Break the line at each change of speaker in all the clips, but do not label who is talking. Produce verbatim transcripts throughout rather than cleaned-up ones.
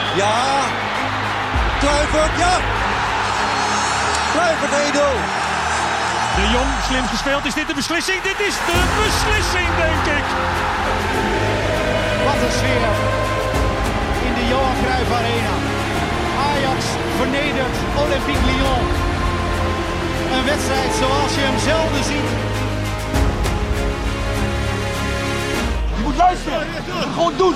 Ja. Kluivert, ja. Kluivert één nul.
De Jong, slim gespeeld. Is dit de beslissing? Dit is de beslissing, denk ik.
Wat een sfeer in de Johan Cruijff Arena. Ajax vernedert Olympique Lyon. Een wedstrijd zoals je hem zelden ziet.
Je moet luisteren. Je moet gewoon doen.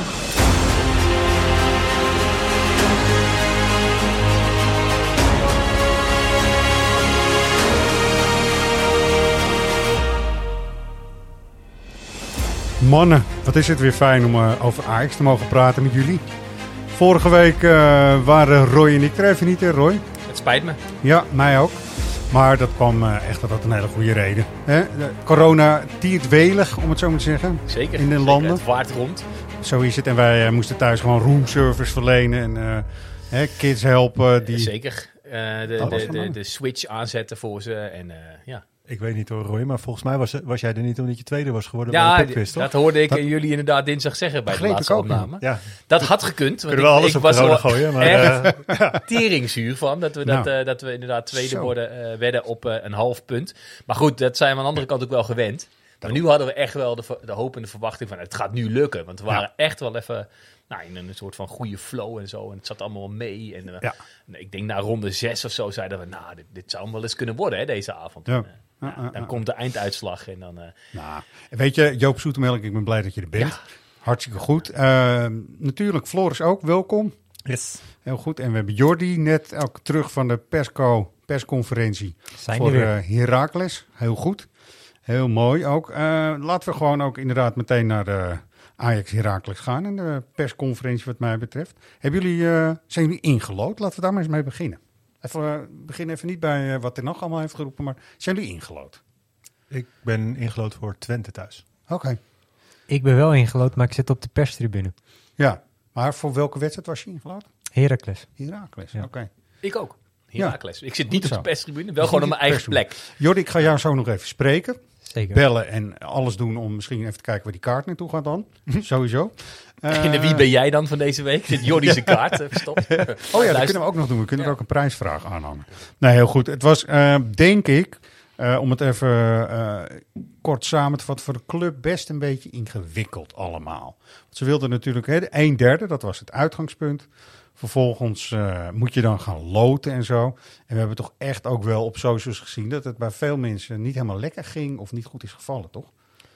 Mannen, wat is het weer fijn om uh, over Ajax te mogen praten met jullie. Vorige week uh, waren Roy en ik er even niet, hè Roy?
Het spijt me.
Ja, mij ook. Maar dat kwam uh, echt dat een hele goede reden. Hè? De corona tiert welig, om het zo maar te zeggen.
Zeker.
In de
zeker.
landen.
Het waart rond.
Zo is het. En wij uh, moesten thuis gewoon roomservice verlenen. En uh, hè, kids helpen. Die...
Zeker. Uh, de, de, de, de switch aanzetten voor ze. En uh, ja...
Ik weet niet hoor, Roy, maar volgens mij was, was jij er niet omdat je tweede was geworden
ja,
bij de Pubquiz, toch?
dat hoorde ik
dat...
jullie inderdaad dinsdag zeggen bij de laatste opname.
Ja.
Dat had gekund.
Kunnen we alles
ik
op
was
corona
er
gooien. Maar,
echt
uh,
teringzuur van dat we,
nou.
dat, uh, dat we inderdaad tweede
Zo.
worden, uh, werden op uh, een half punt. Maar goed, dat zijn we aan de andere kant ook wel gewend. Maar nu hadden we echt wel de, de hoop en de verwachting van het gaat nu lukken. Want we waren ja. echt wel even nou, in een soort van goede flow en zo. En het zat allemaal mee. En uh, ja. ik denk na ronde zes of zo zeiden we, nou, dit, dit zou wel eens kunnen worden hè, deze avond.
Ja.
En, uh, Ja, dan uh, uh, komt de einduitslag en dan... Uh,
nou, weet je, Joop Zoetemelk, ik ben blij dat je er bent. Ja. Hartstikke goed. Uh, natuurlijk, Floris ook, welkom.
Yes.
Heel goed. En we hebben Jordi net ook terug van de persco, persconferentie
Zijn
voor uh, Heracles. Heel goed. Heel mooi ook. Uh, laten we gewoon ook inderdaad meteen naar de Ajax Heracles gaan en de persconferentie wat mij betreft. Hebben jullie, uh, zijn jullie ingelood? Laten we daar maar eens mee beginnen. Even, uh, begin even niet bij uh, wat er nog allemaal heeft geroepen, maar zijn jullie ingelood?
Ik ben ingelood voor Twente thuis.
Oké. Okay.
Ik ben wel ingelood, maar ik zit op de perstribune.
Ja, maar voor welke wedstrijd was je ingelood?
Heracles.
Heracles,
ja.
oké. Okay.
Ik ook. Heracles. Ja. Ik zit niet
Goed
op de perstribune, wel gewoon op mijn eigen plek.
Jordi, ik ga jou zo nog even spreken.
Zeker.
Bellen en alles doen om misschien even te kijken waar die kaart naartoe gaat dan. Sowieso.
Uh, en wie ben jij dan van deze week? Zit Jordi zijn kaart uh, verstopt?
Oh ja, dat kunnen we ook nog doen. We kunnen ja. er ook een prijsvraag aanhangen. Nee, heel goed. Het was, uh, denk ik, uh, om het even uh, kort samen te vatten, voor de club best een beetje ingewikkeld allemaal. Want ze wilden natuurlijk, hè, een derde, dat was het uitgangspunt. Vervolgens uh, moet je dan gaan loten en zo. En we hebben toch echt ook wel op socials gezien dat het bij veel mensen niet helemaal lekker ging of niet goed is gevallen, toch?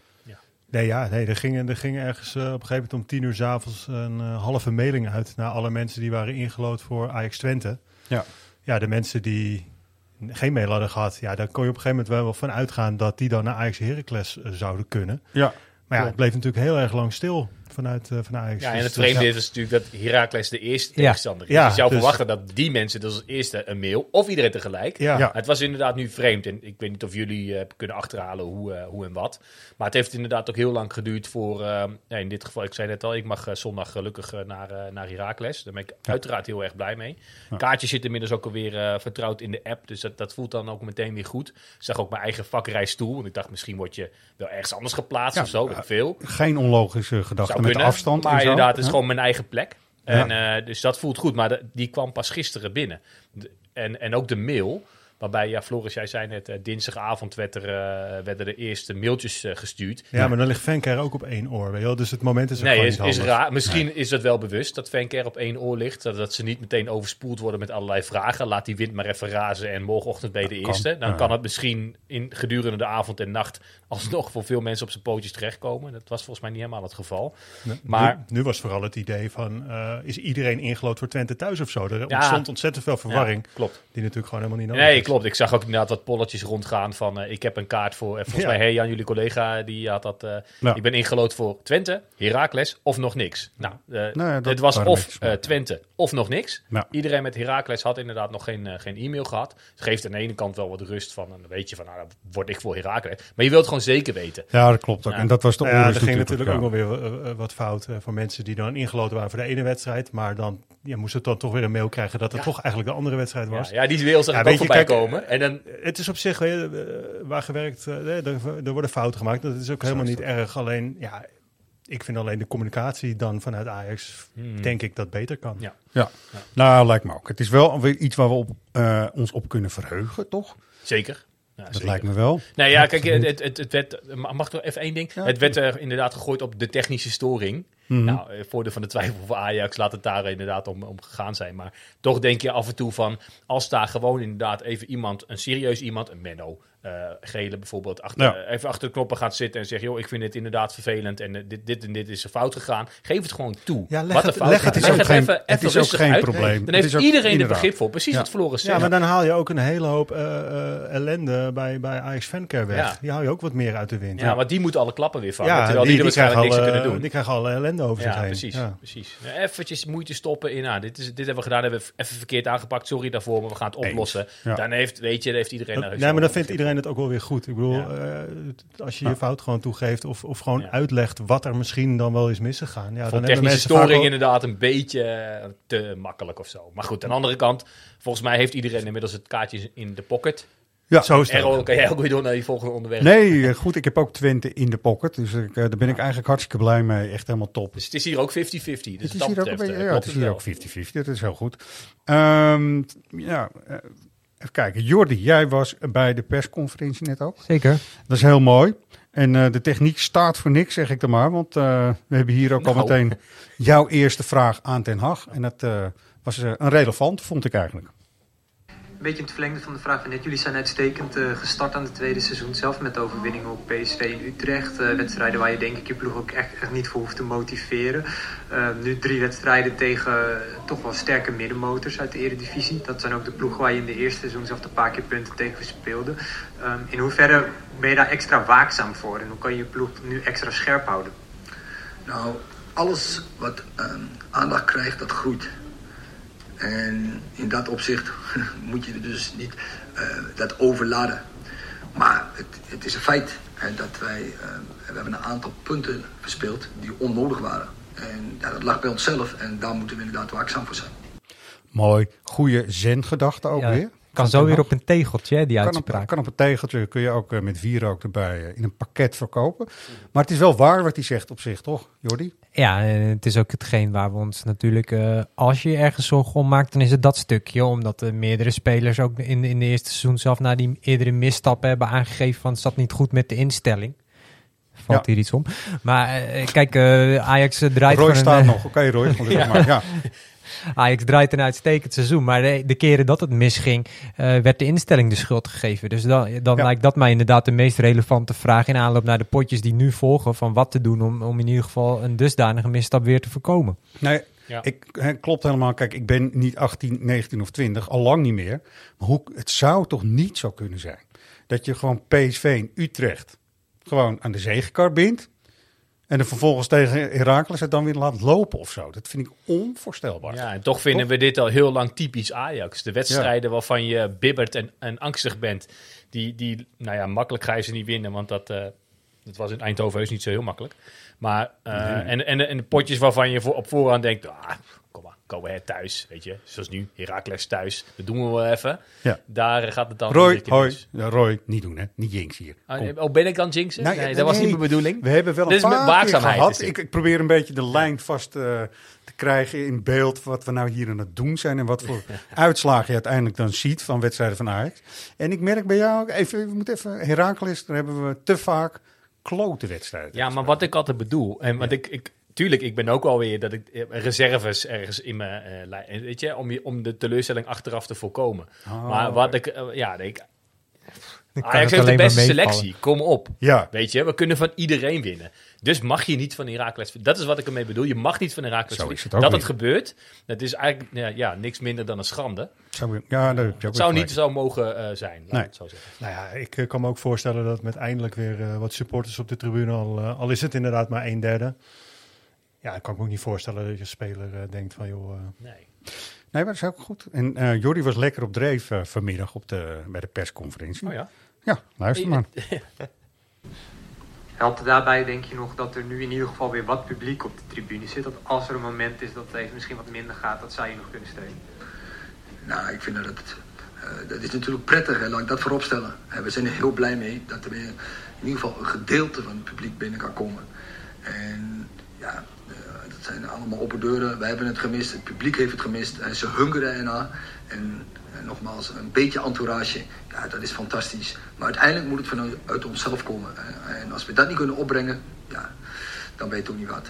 Nee, ja, nee, er ging, er ging ergens uh, op een gegeven moment om tien uur 's avonds een uh, halve mailing uit naar alle mensen die waren ingelood voor Ajax Twente.
Ja.
Ja, de mensen die geen mail hadden gehad, ja, daar kon je op een gegeven moment wel van uitgaan dat die dan naar Ajax Heracles uh, zouden kunnen.
Ja.
Maar ja, het bleef natuurlijk heel erg lang stil vanuit, uh, van Ajax.
Ja, en het
dus,
vreemde
dus,
is dus natuurlijk dat Heracles de eerste
ja.
tegenstander is.
Ja,
je zou
dus,
verwachten dat die mensen dus als eerste een mail, of iedereen tegelijk.
Ja.
Ja.
Het was inderdaad nu vreemd. En ik weet niet of jullie uh, kunnen achterhalen hoe, uh, hoe en wat. Maar het heeft inderdaad ook heel lang geduurd voor... Uh, ja, in dit geval, ik zei net al, ik mag uh, zondag gelukkig uh, naar, uh, naar Heracles. Daar ben ik ja. uiteraard heel erg blij mee. Ja. Kaartje zit inmiddels ook alweer uh, vertrouwd in de app. Dus dat, dat voelt dan ook meteen weer goed. Ik zag ook mijn eigen vakrijstoel. Want ik dacht, misschien word je wel ergens anders geplaatst ja, of zo. Weet ik veel.
Geen onlogische gedachte met de afstand.
Maar
en zo.
inderdaad, het is
ja.
gewoon mijn eigen plek. En,
ja.
uh, dus dat voelt goed. Maar de, die kwam pas gisteren binnen. De, en, en ook de mail... Waarbij, ja, Floris, jij zei net, uh, dinsdagavond werd er, uh, werden de eerste mailtjes uh, gestuurd.
Ja, ja, maar dan ligt Venker ook op één oor, weet je wel? Dus het moment is er
nee,
gewoon
is,
niet
is raar. Misschien
nee.
is dat wel bewust, dat Venker op één oor ligt. Dat, dat ze niet meteen overspoeld worden met allerlei vragen. Laat die wind maar even razen en morgenochtend ben je de
kan.
eerste. Dan
ja.
kan het misschien in gedurende de avond en nacht alsnog voor veel mensen op zijn pootjes terechtkomen. Dat was volgens mij niet helemaal het geval.
Nee,
maar
nu, nu was vooral het idee van, uh, is iedereen ingelood voor Twente thuis of zo? Er
ja,
ontstond ontzettend veel verwarring.
Ja, klopt.
Die natuurlijk gewoon helemaal niet nodig
Nee,
is.
klopt. Ik zag ook inderdaad wat polletjes rondgaan van uh, ik heb een kaart voor, uh, volgens ja. mij hey, Jan, jullie collega, die had dat, uh, ja. ik ben ingelood voor Twente, Heracles of nog niks. Nou, uh, nou ja, het was of uh, Twente of nog niks. Ja. Iedereen met Heracles had inderdaad nog geen, uh, geen e-mail gehad. Het geeft aan de ene kant wel wat rust van, dan weet je van, nou, dan word ik voor Heracles. Maar je wilt gewoon zeker weten.
Ja, dat klopt ook. Ja. En dat was de
nou ja,
onrust
er ging
natuurlijk,
natuurlijk ook wel weer uh, wat fout uh, voor mensen die dan ingelood waren voor de ene wedstrijd, maar dan ja, moesten dan toch weer een mail krijgen dat het ja. toch eigenlijk de andere wedstrijd was.
Ja, ja die wil ze ja, ook voorbij komen. En dan...
Het is op zich, weet je, waar gewerkt, uh, er, er worden fouten gemaakt. Dat is ook helemaal niet erg. Alleen, ja, Ik vind alleen de communicatie dan vanuit Ajax, hmm. denk ik, dat beter kan.
Ja.
Ja. ja, nou lijkt me ook. Het is wel weer iets waar we op, uh, ons op kunnen verheugen, toch?
Zeker. Ja,
dat
zeker.
lijkt me wel.
Nou ja, kijk, het, het, het werd, mag ik nog even één ding?
Ja.
Het werd uh, inderdaad gegooid op de technische storing.
Mm-hmm.
Nou, voordeel van de twijfel voor Ajax, laat het daar inderdaad om, om gegaan zijn. Maar toch denk je af en toe van, als daar gewoon inderdaad even iemand, een serieus iemand, een Menno, uh, Gele bijvoorbeeld, achter,
ja.
uh, even achter de knoppen gaat zitten en zegt, joh, ik vind dit inderdaad vervelend en uh, dit, dit en dit is er fout gegaan. Geef het gewoon toe.
Ja, leg
wat
het,
er fout
leg
gaat.
het,
leg
het,
het
geen,
even,
het
even
is ook geen
uit.
probleem.
Dan heeft
ook,
iedereen er begrip voor. Precies
ja.
wat Floris zegt.
Ja, maar dan haal je ook een hele hoop uh, uh, ellende bij, bij Ajax Fancare weg.
Ja.
Die hou je ook wat meer uit de wind.
Ja, ja. Want die moeten alle klappen weer vangen.
Ja,
terwijl
die,
die, die er
die
waarschijnlijk niks
alle,
aan kunnen doen.
Die krijgen alle ellende over
ja,
zich heen.
Precies,
ja,
precies. Nou, eventjes moeite stoppen in, nou, dit, is, dit hebben we gedaan, hebben we even verkeerd aangepakt. Sorry daarvoor, maar we gaan het oplossen.
Ja.
Dan heeft, weet je, dan heeft iedereen...
Dat, nee, maar dan vindt iedereen het ook wel weer goed. Ik bedoel, ja. uh, als je je ja. fout gewoon toegeeft of, of gewoon ja. uitlegt wat er misschien dan wel is misgegaan. Ja,
Voor
dan
technische storing
vaak ook...
inderdaad een beetje te makkelijk of zo. Maar goed, aan de andere kant, volgens mij heeft iedereen inmiddels het kaartje in de pocket.
Ja, zo is het.
Errol, kan jij ook weer door naar die volgende onderwerp?
Nee, goed, ik heb ook Twente in de pocket. Dus ik, uh, daar ben ik eigenlijk hartstikke blij mee. Echt helemaal top.
Dus het is hier ook vijftig vijftig. Dus
het is hier ook,
betreft,
beetje, ja, het is hier ook vijftig vijftig. Dat is heel goed. Um, ja, uh, even kijken. Jordi, jij was bij de persconferentie net ook.
Zeker.
Dat is heel mooi. En uh, de techniek staat voor niks, zeg ik dan maar. Want uh, we hebben hier ook nou. al meteen jouw eerste vraag aan Ten Hag. En dat uh, was uh, een relevant, vond ik eigenlijk.
Een beetje in het verlengde van de vraag van net. Jullie zijn uitstekend uh, gestart aan het tweede seizoen zelf met overwinningen op P S V in Utrecht. Uh, wedstrijden waar je denk ik je ploeg ook echt, echt niet voor hoeft te motiveren. Uh, nu drie wedstrijden tegen uh, toch wel sterke middenmotors uit de Eredivisie. Dat zijn ook de ploegen waar je in de eerste seizoen zelf een paar keer punten tegen verspeelde. Um, in hoeverre ben je daar extra waakzaam voor en hoe kan je je ploeg nu extra scherp houden?
Nou, alles wat um, aandacht krijgt, dat groeit. En in dat opzicht moet je dus niet uh, dat overladen. Maar het, het is een feit hè, dat wij, uh, we hebben een aantal punten verspeeld die onnodig waren. En ja, dat lag bij onszelf en daar moeten we inderdaad waakzaam voor zijn.
Mooi, goede zengedachte ook ja, weer.
Kan zo weer op een tegeltje, die
kan
uitspraak.
Op, kan op een tegeltje, kun je ook uh, met wierook erbij uh, in een pakket verkopen. Maar het is wel waar wat hij zegt op zich, toch, Jordi?
Ja, en het is ook hetgeen waar we ons natuurlijk, uh, als je ergens zorgen om maakt, dan is het dat stukje. Omdat uh, meerdere spelers ook in, in de eerste seizoen zelf na die eerdere misstappen hebben aangegeven van het zat niet goed met de instelling. Valt ja. hier iets om. Maar uh, kijk, uh, Ajax uh, draait
Roy
gewoon...
staat
een, uh,
nog, oké okay, Roy, gelukkig ja. maar, ja.
Ajax draait een uitstekend seizoen, maar de, de keren dat het misging, uh, werd de instelling de schuld gegeven. Dus dan, dan ja. lijkt dat mij inderdaad de meest relevante vraag in aanloop naar de potjes die nu volgen, van wat te doen om, om in ieder geval een dusdanige misstap weer te voorkomen.
Nee, ja. ik, he, klopt helemaal. Kijk, ik ben niet achttien, negentien of twintig, al lang niet meer. Maar hoe, het zou toch niet zo kunnen zijn dat je gewoon P S V in Utrecht gewoon aan de zegenkar bindt. En dan vervolgens tegen Heracles het dan weer laat lopen of zo. Dat vind ik onvoorstelbaar.
Ja, en toch vinden toch? we dit al heel lang typisch Ajax. De wedstrijden ja. waarvan je bibbert en, en angstig bent. Die, die, nou ja, makkelijk ga je ze niet winnen. Want dat, uh, dat was in Eindhoven heus niet zo heel makkelijk. Maar, uh, nee. en, en, en de potjes waarvan je voor, op voorhand denkt... Ah, kom maar, Go Ahead thuis, weet je. Zoals nu, Heracles thuis. Dat doen we wel even. Ja. Daar gaat het dan...
Roy, hoi. Ja, Roy, niet doen hè. Niet jinx hier.
Kom. Oh, ben ik dan jinxen? Nee, nee, nee, dat was niet mijn bedoeling.
We hebben wel een
dus
paar keer gehad. Ik, ik probeer een beetje de lijn vast uh, te krijgen in beeld... wat we nou hier aan het doen zijn... en wat voor uitslagen je uiteindelijk dan ziet van wedstrijden van Ajax. En ik merk bij jou ook... Even, we moeten even... Heracles, daar hebben we te vaak klote wedstrijden.
Ja, maar wat ik altijd bedoel... En wat ja. ik... ik Tuurlijk, ik ben ook alweer dat ik reserves ergens in mijn uh, lijn, weet je, om, je, om de teleurstelling achteraf te voorkomen. Oh, maar wat ik, uh, ja, ik, Ajax heeft de beste selectie, kom op. Ja. Weet je, we kunnen van iedereen winnen. Dus mag je niet van Heracles, dat is wat ik ermee bedoel. Je mag niet van Heracles winnen. Het dat niet. Het gebeurt, dat is eigenlijk ja, ja, niks minder dan een schande.
Zou, ja, dat
het zou niet zo mogen uh, zijn, laat
nee.
het zo zeggen.
Nou ja, ik uh, kan me ook voorstellen dat met eindelijk weer uh, wat supporters op de tribune, al, uh, al is het inderdaad maar een derde... Ja, ik kan me ook niet voorstellen dat je speler uh, denkt van, joh... Uh...
Nee. Nee, maar dat is ook goed. En uh, Jordi was lekker op dreef uh, vanmiddag op de, bij de persconferentie.
Oh ja?
Ja, luister maar.
Helpt daarbij, denk je nog, dat er nu in ieder geval weer wat publiek op de tribune zit? Dat als er een moment is dat het even misschien wat minder gaat, dat zou je nog kunnen steunen?
Nou, ik vind dat het... Uh, dat is natuurlijk prettig, hè, laat ik dat voorop stellen. Uh, we zijn er heel blij mee dat er weer in ieder geval een gedeelte van het publiek binnen kan komen. En... ja, uh, dat zijn allemaal open deuren. Wij hebben het gemist, het publiek heeft het gemist. En ze hungeren ernaar. En, en nogmaals, een beetje entourage, ja, dat is fantastisch. Maar uiteindelijk moet het vanuit onszelf komen. En als we dat niet kunnen opbrengen, ja, dan ben je het ook niet waard.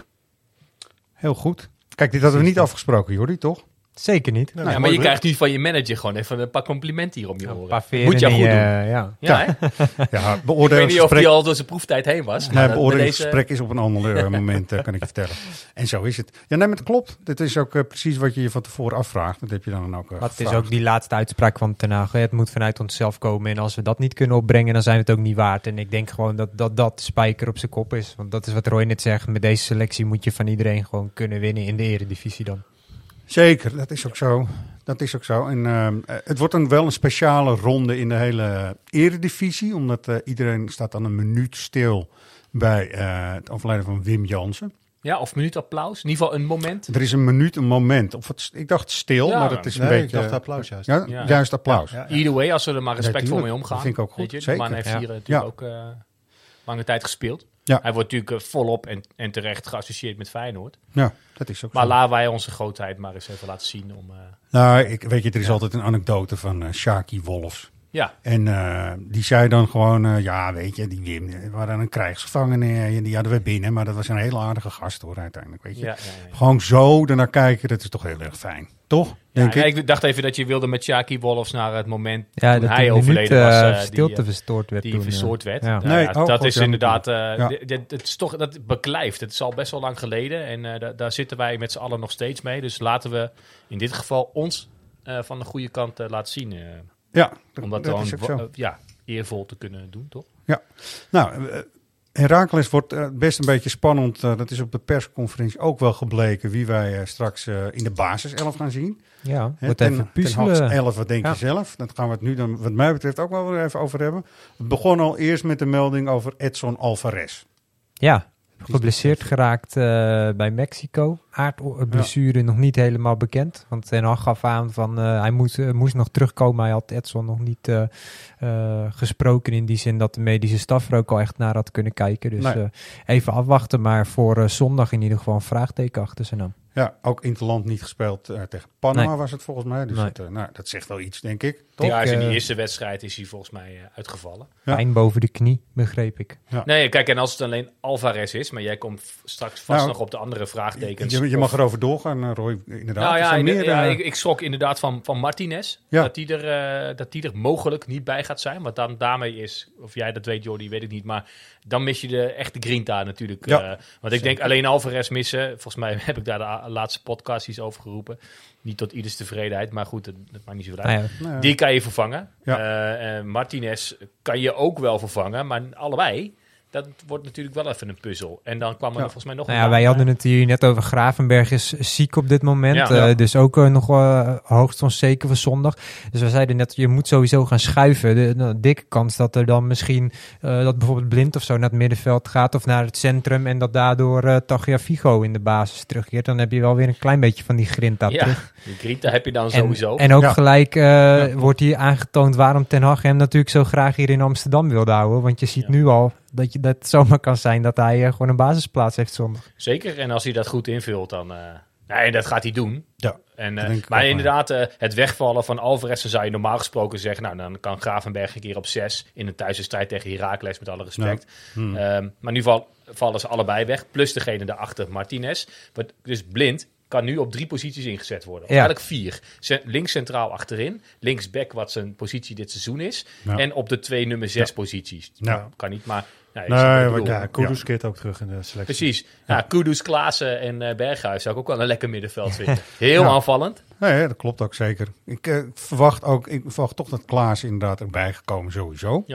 Heel goed. Kijk, dit hadden we niet afgesproken, Jordi, toch?
Zeker niet.
Nou, ja, maar je krijgt nu van je manager gewoon even een paar complimenten hier om je oren.
Ja,
moet je goed
je,
doen.
Uh, ja,
ja,
ja
ik weet niet of hij al door zijn proeftijd heen was.
Nee, het beoordelingsgesprek deze... is op een ander moment, uh, kan ik je vertellen. En zo is het. Ja, nee, maar het klopt. Dit is ook uh, precies wat je je van tevoren afvraagt. Dat heb je dan ook uh,
Het is ook die laatste uitspraak van Ten Hag. Het moet vanuit onszelf komen. En als we dat niet kunnen opbrengen, dan zijn we het ook niet waard. En ik denk gewoon dat dat, dat de spijker op zijn kop is. Want dat is wat Roy net zegt. Met deze selectie moet je van iedereen gewoon kunnen winnen in de eredivisie dan.
Zeker, dat is ook zo. Dat is ook zo. En uh, het wordt dan wel een speciale ronde in de hele eredivisie. Omdat uh, iedereen staat dan een minuut stil bij uh, het overlijden van Wim Jansen.
Ja, of minuut applaus. In ieder geval een moment.
Er is een minuut, een moment. Of het, ik dacht stil, ja, maar dat is een
nee,
beetje...
ik dacht applaus juist.
Ja, ja. Juist applaus.
Ja, ja. Either way, als we er maar respectvol mee omgaan.
Dat vind ik ook goed.
Je,
Zeker.
De man heeft
ja.
hier natuurlijk
ja.
ook uh, lange tijd gespeeld.
Ja.
Hij wordt natuurlijk uh, volop en, en terecht geassocieerd met Feyenoord.
Ja, dat is ook
maar
zo.
laten wij onze grootheid maar eens even laten zien. Om, uh,
nou, ik, weet je, er is
ja.
altijd een anekdote van uh, Shaki Wolfs.
Ja.
En uh, die zei dan gewoon, uh, ja, weet je, die Wim, we waren een krijgsgevangene en die hadden we binnen. Maar dat was een hele aardige gast hoor, uiteindelijk, weet je.
Ja, ja, ja.
Gewoon zo ernaar kijken, dat is toch heel erg fijn. Toch? Denk
ja,
ik.
ik dacht even dat je wilde met Shaki Wolfs naar het moment
ja,
toen
dat
hij overleden
minuut,
was.
Uh,
Uh,
stilte
die,
verstoord werd
Die
toen,
verstoord werd.
Ja.
Uh,
nee,
ja,
oh,
dat
God,
is
ja,
inderdaad, uh,
ja.
d- d- het is toch, dat beklijft. Het is al best wel lang geleden en uh, da- daar zitten wij met z'n allen nog steeds mee. Dus laten we in dit geval ons uh, van de goede kant uh, laten zien. Uh,
ja,
om dat, dat gewoon uh, ja, eervol te kunnen doen, toch?
Ja, nou... Uh, Heracles wordt uh, best een beetje spannend. Uh, dat is op de persconferentie ook wel gebleken wie wij uh, straks uh, in de basiself gaan zien.
Ja,
He,
wat
ten,
even puzzelen.
Ten elf, wat denk
ja.
je zelf? Dat gaan we het nu dan, wat mij betreft, ook wel weer even over hebben. Het begon al eerst met de melding over Edson Alvarez.
Ja, geblesseerd geraakt uh, bij Mexico. Aardblessure ja. nog niet helemaal bekend. Want Ten Hag gaf aan van uh, hij moest, uh, moest nog terugkomen. Hij had Edson nog niet uh, uh, gesproken in die zin dat de medische staf er ook al echt naar had kunnen kijken. Dus nee. uh, even afwachten. Maar voor uh, zondag in ieder geval een vraagteken achter zijn naam.
Ja, ook Interland niet gespeeld uh, tegen Panama
nee.
was het volgens mij. Dus
nee.
het, uh, nou, dat zegt wel iets, denk ik.
Toch? Ja, in die
uh,
eerste wedstrijd is hij volgens mij uh, uitgevallen.
Ja. Pijn boven de knie, begreep ik.
Ja. Nee, kijk, en als het alleen Alvarez is, maar jij komt straks vast nou, nog op de andere vraagtekens.
Je, je mag of... erover doorgaan, Roy, inderdaad.
Nou ja, in,
meer,
ja
uh...
ik, ik schrok inderdaad van, van Martinez. Ja. Dat hij er, uh, dat die er mogelijk niet bij gaat zijn. Want dan daarmee is, of jij dat weet, Jordi, weet ik niet. Maar dan mis je de echte grinta natuurlijk. Ja. Uh, want ik Zeker. denk alleen Alvarez missen. Volgens mij heb ik daar de laatste podcast iets over geroepen. Niet tot ieders tevredenheid, maar goed, dat, dat maakt niet zo uit. Nou ja. Nou ja. Die kan je vervangen. Ja. Uh, uh, Martinez kan je ook wel vervangen, maar allebei... Dat wordt natuurlijk wel even een puzzel. En dan kwam er ja. volgens mij nog
nou
een...
Ja, wij hadden het hier net over Gravenberg is ziek op dit moment. Ja, uh,
ja.
Dus ook uh, nog uh, hoogst onzeker voor zondag. Dus we zeiden net, je moet sowieso gaan schuiven. De, de dikke kans dat er dan misschien... Uh, dat bijvoorbeeld Blind of zo naar het middenveld gaat... of naar het centrum... en dat daardoor uh, Tagliafico in de basis terugkeert. Dan heb je wel weer een klein beetje van die grinta
ja,
terug.
Die grinta heb je dan sowieso.
En, en ook
ja.
gelijk uh,
ja.
wordt hier aangetoond... waarom Ten Hag hem natuurlijk zo graag hier in Amsterdam wilde houden. Want je ziet ja. nu al... dat je dat zomaar kan zijn dat hij uh, gewoon een basisplaats heeft zondag.
Zeker, en als hij dat goed invult, dan... Uh, nee, dat gaat hij doen.
Ja,
en, uh, maar inderdaad, uh, het wegvallen van Alvarez, dan zou je normaal gesproken zeggen... nou, dan kan Gravenberg een keer op zes in een thuiswedstrijd tegen Heracles, met alle respect. Ja. Hmm. Um, maar nu val, vallen ze allebei weg, plus degene daarachter, Martinez. Wat, dus Blind kan nu op drie posities ingezet worden. Of ja. eigenlijk vier. Links centraal achterin. Linksback, wat zijn positie dit seizoen is. Ja. En op de twee nummer zes ja. posities.
Ja.
Nou, kan niet, maar...
Nee, nee ja, Kudus ja. keert ook terug in de selectie.
Precies. Ja. Ja, Kudus, Klaassen en uh, Berghuis zou ik ook wel een lekker middenveld vinden. Heel ja. aanvallend.
Nee, dat klopt ook zeker. Ik uh, verwacht ook, ik verwacht toch dat Klaassen inderdaad erbij gekomen sowieso.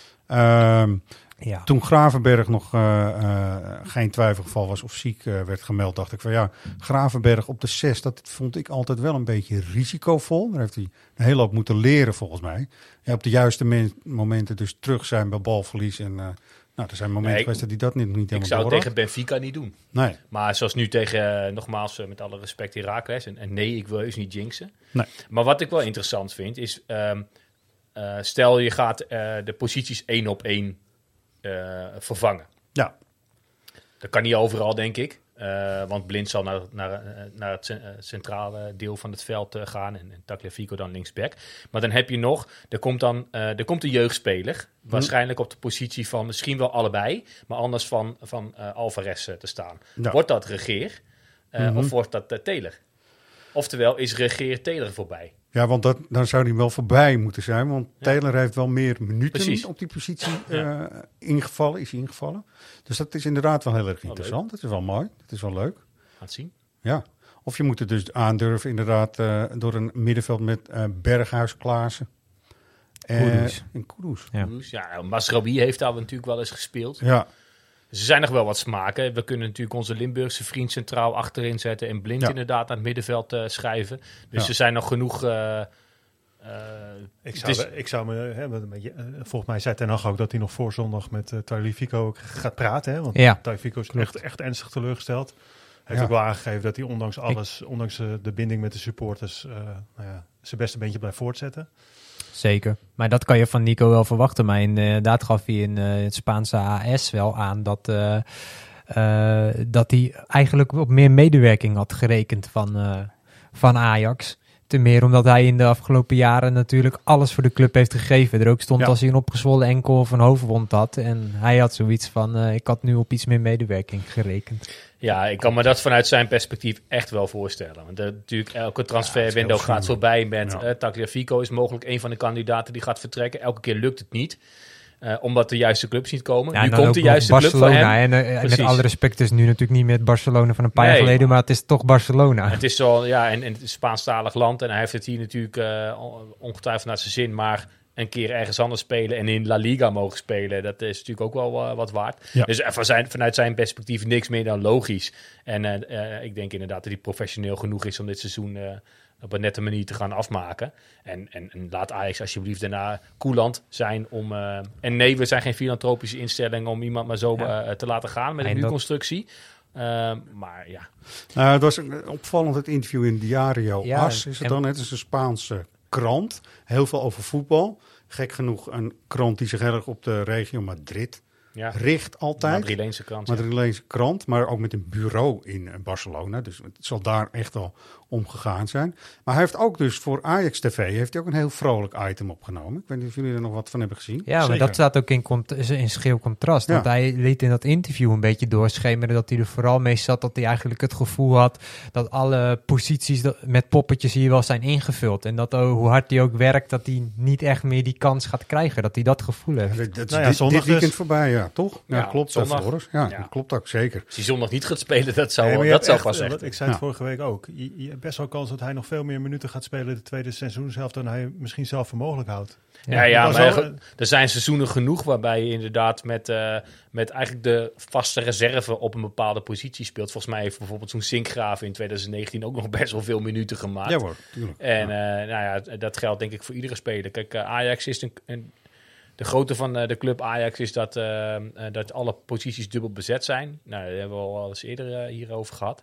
Ja. Um, ja. Toen Gravenberg nog uh, uh, geen twijfelgeval was of ziek uh, werd gemeld, dacht ik van ja, Gravenberg op de zes, dat vond ik altijd wel een beetje risicovol. Daar heeft hij een hele hoop moeten leren volgens mij. Ja, op de juiste me- momenten dus terug zijn bij balverlies en... Uh, Nou, er zijn momenten nee, geweest dat hij dat niet, niet helemaal
Ik zou het
door
tegen Benfica niet doen.
Nee.
Maar zoals nu tegen, uh, nogmaals, uh, met alle respect, Heracles. En, en nee, ik wil heus niet jinxen.
Nee.
Maar wat ik wel interessant vind, is... Um, uh, stel, je gaat uh, de posities één op één uh, vervangen.
Ja.
Dat kan niet overal, denk ik. Uh, want Blind zal naar, naar, naar het uh, centrale deel van het veld uh, gaan. En, en Tagliafico dan linksback. Maar dan heb je nog... Er komt dan uh, er komt een jeugdspeler. Hm. Waarschijnlijk op de positie van misschien wel allebei. Maar anders van, van uh, Alvarez uh, te staan. Ja. Wordt dat Regeer? Uh, mm-hmm. Of wordt dat uh, Taylor? Oftewel, is Regeer Taylor voorbij?
Ja, want dat, dan zou hij wel voorbij moeten zijn. Want ja. Taylor heeft wel meer minuten
Precies.
op die positie uh, ja. ingevallen, is ingevallen. Dus dat is inderdaad wel heel erg interessant. Het is wel mooi. Het is wel leuk.
Gaan het zien.
Ja. Of je moet het dus aandurven inderdaad uh, door een middenveld met uh, Berghuis, Klaassen.
Kudus.
En Kudus.
Ja, Kudus, ja Masraoui heeft daar natuurlijk wel eens gespeeld.
Ja.
Dus er zijn nog wel wat smaken. We kunnen natuurlijk onze Limburgse vriend centraal achterin zetten en Blind ja. inderdaad naar het middenveld uh, schrijven. Dus ja. er zijn nog genoeg... Uh, uh,
ik, zou, is, ik zou me... Hè, uh, volgens mij zei Ten Hag ook dat hij nog voor zondag met uh, Tagliafico gaat praten. Hè? Want
ja.
Tagliafico is echt, echt ernstig teleurgesteld. Hij heeft ja. ook wel aangegeven dat hij ondanks alles, ik, ondanks uh, de binding met de supporters, uh, nou ja, zijn beste beentje blijft voortzetten.
Zeker. Maar dat kan je van Nico wel verwachten. Maar inderdaad gaf hij in uh, het Spaanse A S wel aan dat, uh, uh, dat hij eigenlijk op meer medewerking had gerekend van, uh, van Ajax. Ten meer omdat hij in de afgelopen jaren natuurlijk alles voor de club heeft gegeven. Er ook stond ja. als hij een opgezwollen enkel of een hoofdwond had. En hij had zoiets van, uh, ik had nu op iets meer medewerking gerekend.
Ja, ik kan me dat vanuit zijn perspectief echt wel voorstellen. Want uh, natuurlijk elke transferwindow ja, gaat voorbij met ja. uh, Tagliafico is mogelijk een van de kandidaten die gaat vertrekken. Elke keer lukt het niet. Uh, omdat de juiste clubs niet komen.
Ja,
nu komt de juiste
Barcelona,
club van hem.
En uh, met alle respect is nu natuurlijk niet met Barcelona van een paar nee, jaar geleden, maar het is toch Barcelona.
Het is zo, ja, en, en het is een Spaanstalig land en hij heeft het hier natuurlijk uh, ongetwijfeld naar zijn zin, maar een keer ergens anders spelen en in La Liga mogen spelen, dat is natuurlijk ook wel uh, wat waard. Ja. Dus uh, van zijn, vanuit zijn perspectief niks meer dan logisch. En uh, uh, ik denk inderdaad dat hij professioneel genoeg is om dit seizoen uh, op een nette manier te gaan afmaken. En, en, en laat Ajax alsjeblieft daarna coulant zijn om... Uh, en nee, we zijn geen filantropische instelling om iemand maar zo ja. uh, te laten gaan met een nieuwe constructie. Uh, maar ja.
Nou, het was een opvallend het interview in Diario
ja,
As. Is het dan? Het is een Spaanse krant. Heel veel over voetbal. Gek genoeg een krant die zich heel erg op de regio Madrid ja. richt altijd.
Madrileense krant.
Madrileense ja. krant, maar ook met een bureau in Barcelona. Dus het zal daar echt wel om gegaan zijn. Maar hij heeft ook dus voor Ajax T V heeft hij ook een heel vrolijk item opgenomen. Ik weet niet of jullie er nog wat van hebben gezien.
Ja, Zeker. Maar dat staat ook in, cont- in schreeuw contrast. Ja. Want hij liet in dat interview een beetje doorschemeren dat hij er vooral mee zat dat hij eigenlijk het gevoel had dat alle posities met poppetjes hier wel zijn ingevuld. En dat oh, hoe hard hij ook werkt, dat hij niet echt meer die kans gaat krijgen. Dat hij dat gevoel heeft.
Dat, dat nou ja, dit, dit weekend dus. voorbij, ja, toch? Ja,
ja
klopt.
Zondag.
Ja,
ja.
dat klopt ook, zeker.
Als hij zondag niet gaat spelen, dat zou,
nee,
dat zou
echt,
pas echt.
Ik zei het ja. vorige week ook. Je, je hebt best wel kans dat hij nog veel meer minuten gaat spelen de tweede seizoenshelft dan hij misschien zelf voor mogelijk houdt.
Ja, ja, ja maar wel, er zijn seizoenen genoeg waarbij je inderdaad met, uh, met eigenlijk de vaste reserve op een bepaalde positie speelt. Volgens mij heeft bijvoorbeeld zo'n Sinkgraven in twintig negentien ook nog best wel veel minuten gemaakt.
Ja hoor, tuurlijk.
En ja. Uh, nou ja, dat geldt denk ik voor iedere speler. Kijk, uh, Ajax is een, een de grootte van uh, de club Ajax is dat, uh, uh, dat alle posities dubbel bezet zijn. Nou, daar hebben we al eens eerder uh, hierover gehad.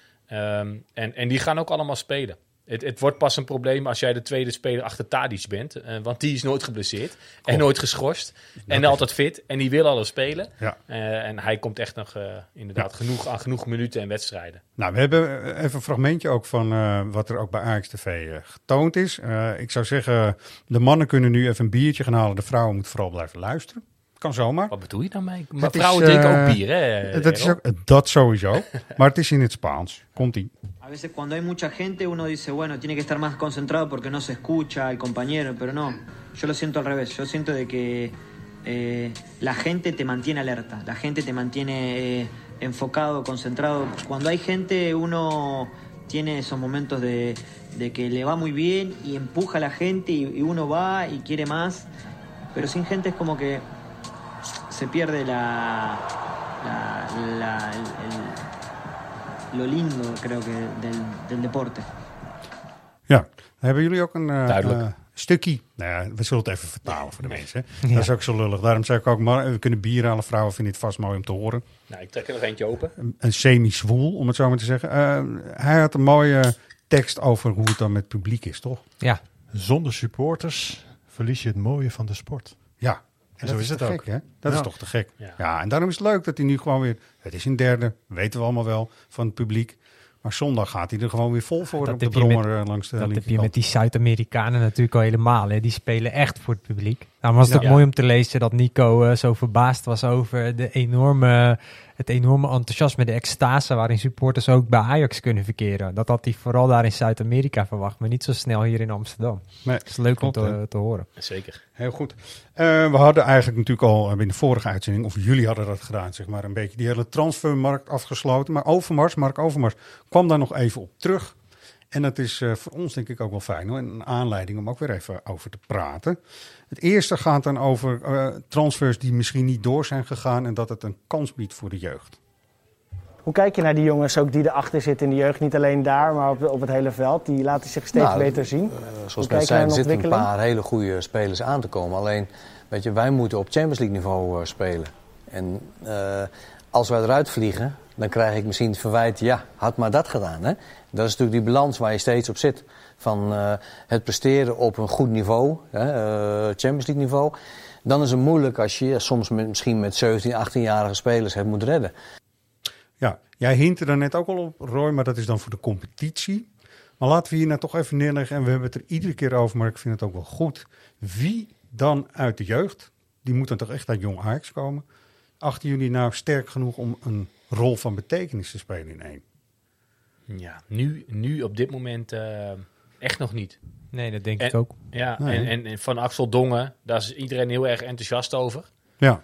Um, en, en die gaan ook allemaal spelen. Het, het wordt pas een probleem als jij de tweede speler achter Tadic bent. Uh, want die is nooit geblesseerd. Cool. En nooit geschorst. Dat en is... altijd fit. En die wil alles spelen. Ja. Uh, en hij komt echt nog uh, inderdaad ja. genoeg, aan genoeg minuten en wedstrijden.
Nou, we hebben even een fragmentje ook van uh, wat er ook bij Ajax T V uh, getoond is. Uh, ik zou zeggen, de mannen kunnen nu even een biertje gaan halen. De vrouwen moeten vooral blijven luisteren. Kan zomaar.
Wat bedoel je dan mee? Maar vrouwen is, uh, drinken ook bier, hè?
Dat, is ook, dat sowieso. Maar het is in het Spaans. Komt-ie.
A veces cuando hay mucha gente uno dice, bueno, tiene que estar más concentrado porque no se escucha el compañero, pero no. Yo lo siento al revés. Yo siento de que eh, la gente te mantiene alerta. La gente te mantiene eh, enfocado, concentrado. Cuando hay gente uno tiene esos momentos de, de que le va muy bien y empuja a la gente y, y uno va y quiere más. Pero sin gente es como que se pierde la, la, la el, el, lo lindo, creo que, del, del deporte.
Ja, hebben jullie ook een uh, uh, stukje? Nou ja, we zullen het even vertalen voor de mensen. Hè? Ja. Dat is ook zo lullig. Daarom zei ik ook, maar we kunnen bier halen. Vrouwen vinden het vast mooi om te horen.
Nou, ik trek er nog eentje open.
Een, een semi-zwoel, om het zo maar te zeggen. Uh, hij had een mooie tekst over hoe het dan met publiek is, toch?
Ja.
Zonder supporters verlies je het mooie van de sport.
Ja.
En zo is het
te
ook.
Gek, hè? Dat
Ja.
is toch te gek.
Ja.
Ja, en daarom is het leuk dat hij nu gewoon weer... Het is een derde, weten we allemaal wel, van het publiek. Maar zondag gaat hij er gewoon weer vol voor
Dat
op de
heb je met-
brommer eh, langs de
Dat heb je
linkerkant.
met die Zuid-Amerikanen natuurlijk al helemaal. Hè. Die spelen echt voor het publiek. Nou was het
Ja.
ook mooi om te lezen dat Nico uh, zo verbaasd was over de enorme, het enorme enthousiasme, de extase waarin supporters ook bij Ajax kunnen verkeren. Dat had hij vooral daar in Zuid-Amerika verwacht, maar niet zo snel hier in Amsterdam.
Nee,
dat is leuk
klopt,
om te,
hè.
te horen.
Zeker.
Heel goed. Uh, we hadden eigenlijk natuurlijk al in de vorige uitzending, of jullie hadden dat gedaan, zeg maar, een beetje die hele transfermarkt afgesloten. Maar Overmars, Mark Overmars, kwam daar nog even op terug. En dat is uh, voor ons denk ik ook wel fijn, hoor. Een aanleiding om ook weer even over te praten. Het eerste gaat dan over uh, transfers die misschien niet door zijn gegaan en dat het een kans biedt voor de jeugd.
Hoe kijk je naar die jongens ook die erachter zitten in de jeugd? Niet alleen daar, maar op, op het hele veld. Die laten zich steeds
nou,
beter zien.
Uh, zoals net zei, er zitten een paar hele goede spelers aan te komen. Alleen, weet je, wij moeten op Champions League niveau uh, spelen. En uh, als wij eruit vliegen, dan krijg ik misschien het verwijt, ja, had maar dat gedaan. Hè? Dat is natuurlijk die balans waar je steeds op zit. Van uh, het presteren op een goed niveau, hè, uh, Champions League niveau. Dan is het moeilijk als je soms met, misschien met zeventien, achttienjarige spelers het moet redden.
Ja, jij hintte er net ook al op, Roy, maar dat is dan voor de competitie. Maar laten we hier nou toch even neerleggen, en we hebben het er iedere keer over, maar ik vind het ook wel goed. Wie dan uit de jeugd, die moet dan toch echt uit Jong Ajax komen, achten jullie nou sterk genoeg om een rol van betekenis te spelen in één?
Ja, nu, nu op dit moment uh, echt nog niet.
Nee, dat denk
en,
ik ook.
Ja,
nee.
en, en, en van Axel Dongen, daar is iedereen heel erg enthousiast over.
Ja.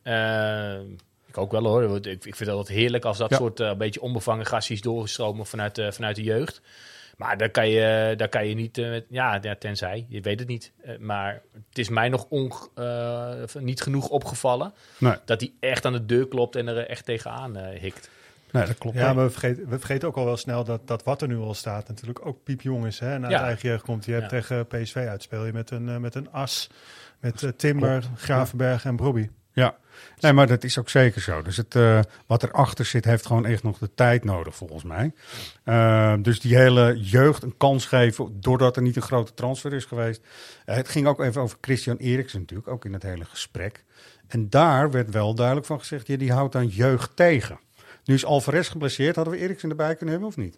Uh, ik ook wel hoor. Ik, ik vind dat heerlijk als dat ja. soort uh, beetje onbevangen gastjes doorstromen vanuit, uh, vanuit de jeugd. Maar daar kan je, daar kan je niet, uh, ja, tenzij, je weet het niet. Uh, maar het is mij nog on, uh, niet genoeg opgevallen
nee.
dat hij echt aan de deur klopt en er echt tegenaan uh, hikt.
Nee, dat klopt.
Ja, maar we vergeten, we vergeten ook al wel snel dat, dat wat er nu al staat natuurlijk ook piepjong is. Hè? En uit ja. eigen jeugd komt. Je hebt ja. tegen P S V uitspeel je met een, uh, met een as, met uh, Timber, klopt. Gravenberg en Brobby.
Ja, nee, maar dat is ook zeker zo. Dus het, uh, wat erachter zit, heeft gewoon echt nog de tijd nodig, volgens mij. Uh, dus die hele jeugd een kans geven, doordat er niet een grote transfer is geweest. Uh, het ging ook even over Christian Eriksen natuurlijk, ook in het hele gesprek. En daar werd wel duidelijk van gezegd, ja, die houdt dan jeugd tegen. Nu is Alvarez geblesseerd, hadden we Eriksen erbij kunnen hebben of niet?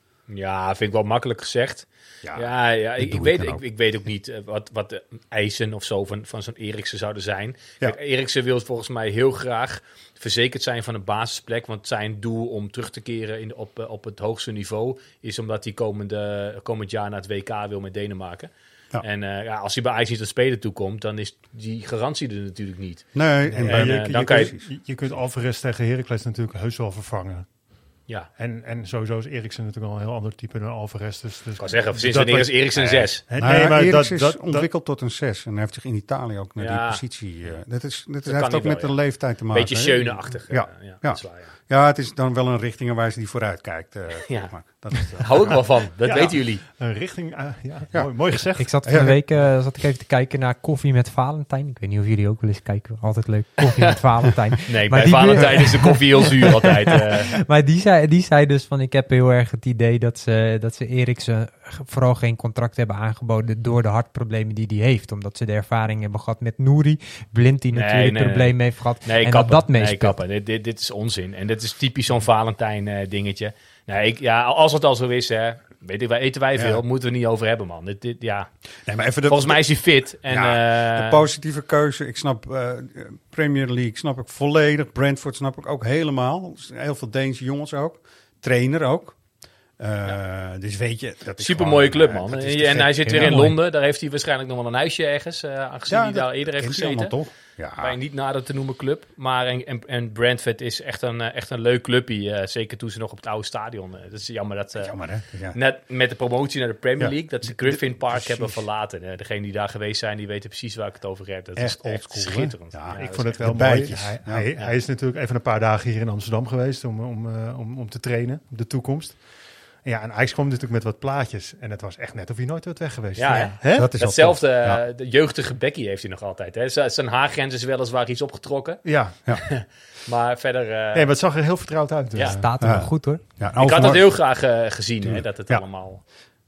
Ja, vind ik wel makkelijk gezegd. Ja, ja, ja ik, ik, weet, ik, ik weet ook niet uh, wat, wat de eisen of zo van, van zo'n Eriksen zouden zijn. Ja. Kijk, Eriksen wil volgens mij heel graag verzekerd zijn van een basisplek. Want zijn doel om terug te keren in, op, uh, op het hoogste niveau is omdat hij komende, komend jaar naar het W K wil met Denemarken. Ja. En uh, ja, als hij bij Ajax niet te spelen toekomt, dan is die garantie er natuurlijk niet.
Nee,
en, en uh, je, dan je, kan je, je, je kunt Alvarez tegen Heracles natuurlijk heus wel vervangen.
Ja.
En, en sowieso is Eriksen natuurlijk al een heel ander type dan Alvarez. Dus, dus
ik kan zeggen, sinds wanneer is Eriksen een zes?
Nee, nee, maar Eriksen dat, is dat, ontwikkeld dat, tot een zes. En hij heeft zich in Italië ook naar ja, die positie... Uh, dat is, dat, dat heeft ook met de ja. leeftijd te maken.
Beetje Schöne-achtig.
Ja,
uh, ja,
ja.
Waar, ja.
ja, het is dan wel een richtingenwijze die vooruit kijkt. Uh,
ja.
maar. Dat is
Daar hou ik wel van, dat
ja,
weten jullie.
Een richting, uh, ja, ja. Mooi, mooi gezegd.
Ik, ik zat van de week uh, zat ik even te kijken naar Koffie met Valentijn. Ik weet niet of jullie ook wel eens kijken. Altijd leuk, Koffie met Valentijn.
Nee, maar bij Valentijn is de koffie heel zuur altijd. Uh.
Maar die zei, die zei dus van, ik heb heel erg het idee dat ze, dat ze Eriksen vooral geen contract hebben aangeboden door de hartproblemen die hij heeft. Omdat ze de ervaring hebben gehad met Nouri. Blind die natuurlijk nee, nee, problemen nee. heeft gehad.
Nee,
en
kappen.
dat dat meespeelt.
Nee, kappen. Dit, dit, dit is onzin. En dit is typisch zo'n Valentijn uh, dingetje. Nee, ik, ja, als het al zo is, hè, weet ik, eten wij veel, ja. moeten we niet over hebben, man. Dit, dit, ja.
nee, maar even de,
Volgens mij is hij fit. En,
ja,
uh,
de positieve keuze, ik snap uh, Premier League, snap ik volledig. Brentford snap ik ook helemaal. Heel veel Deense jongens ook. Trainer ook. Uh, ja. Dus weet je, dat is
super mooie club, man.
Uh,
en gek. Hij zit weer in mooi. Londen. Daar heeft hij waarschijnlijk nog wel een huisje ergens, uh, aangezien ja, hij daar eerder heeft gezeten.
Toch? Ja.
Bij een niet nader te noemen club. Maar en, en, en Brentford is echt een, echt een leuk clubje. Uh, zeker toen ze nog op het oude stadion. Uh, dat is jammer dat uh,
jammer, hè? Ja.
net met de promotie naar de Premier League, ja. dat ze Griffin Park
precies.
hebben verlaten. Uh, degenen die daar geweest zijn, die weten precies waar ik het over heb. Dat
echt
is echt
school,
schitterend.
Ja,
ja,
ik
dat
vond het wel mooi. Hij, ja. hij, hij is natuurlijk even een paar dagen hier in Amsterdam geweest om, om, uh, om, om te trainen op de toekomst. Ja, en Ajax kwam natuurlijk met wat plaatjes. En het was echt net of hij nooit werd weg geweest.
Ja, ja.
Hè? Dat is
hetzelfde. Ja. De jeugdige Becky heeft hij nog altijd. Hè. Z- zijn haargrens is weliswaar iets opgetrokken.
Ja. ja.
maar verder... Uh...
Nee, maar het zag er heel vertrouwd uit.
Ja, uh. staat er ja. wel goed hoor.
Ja,
ik had dat heel graag uh, gezien, hè, dat het
ja.
allemaal...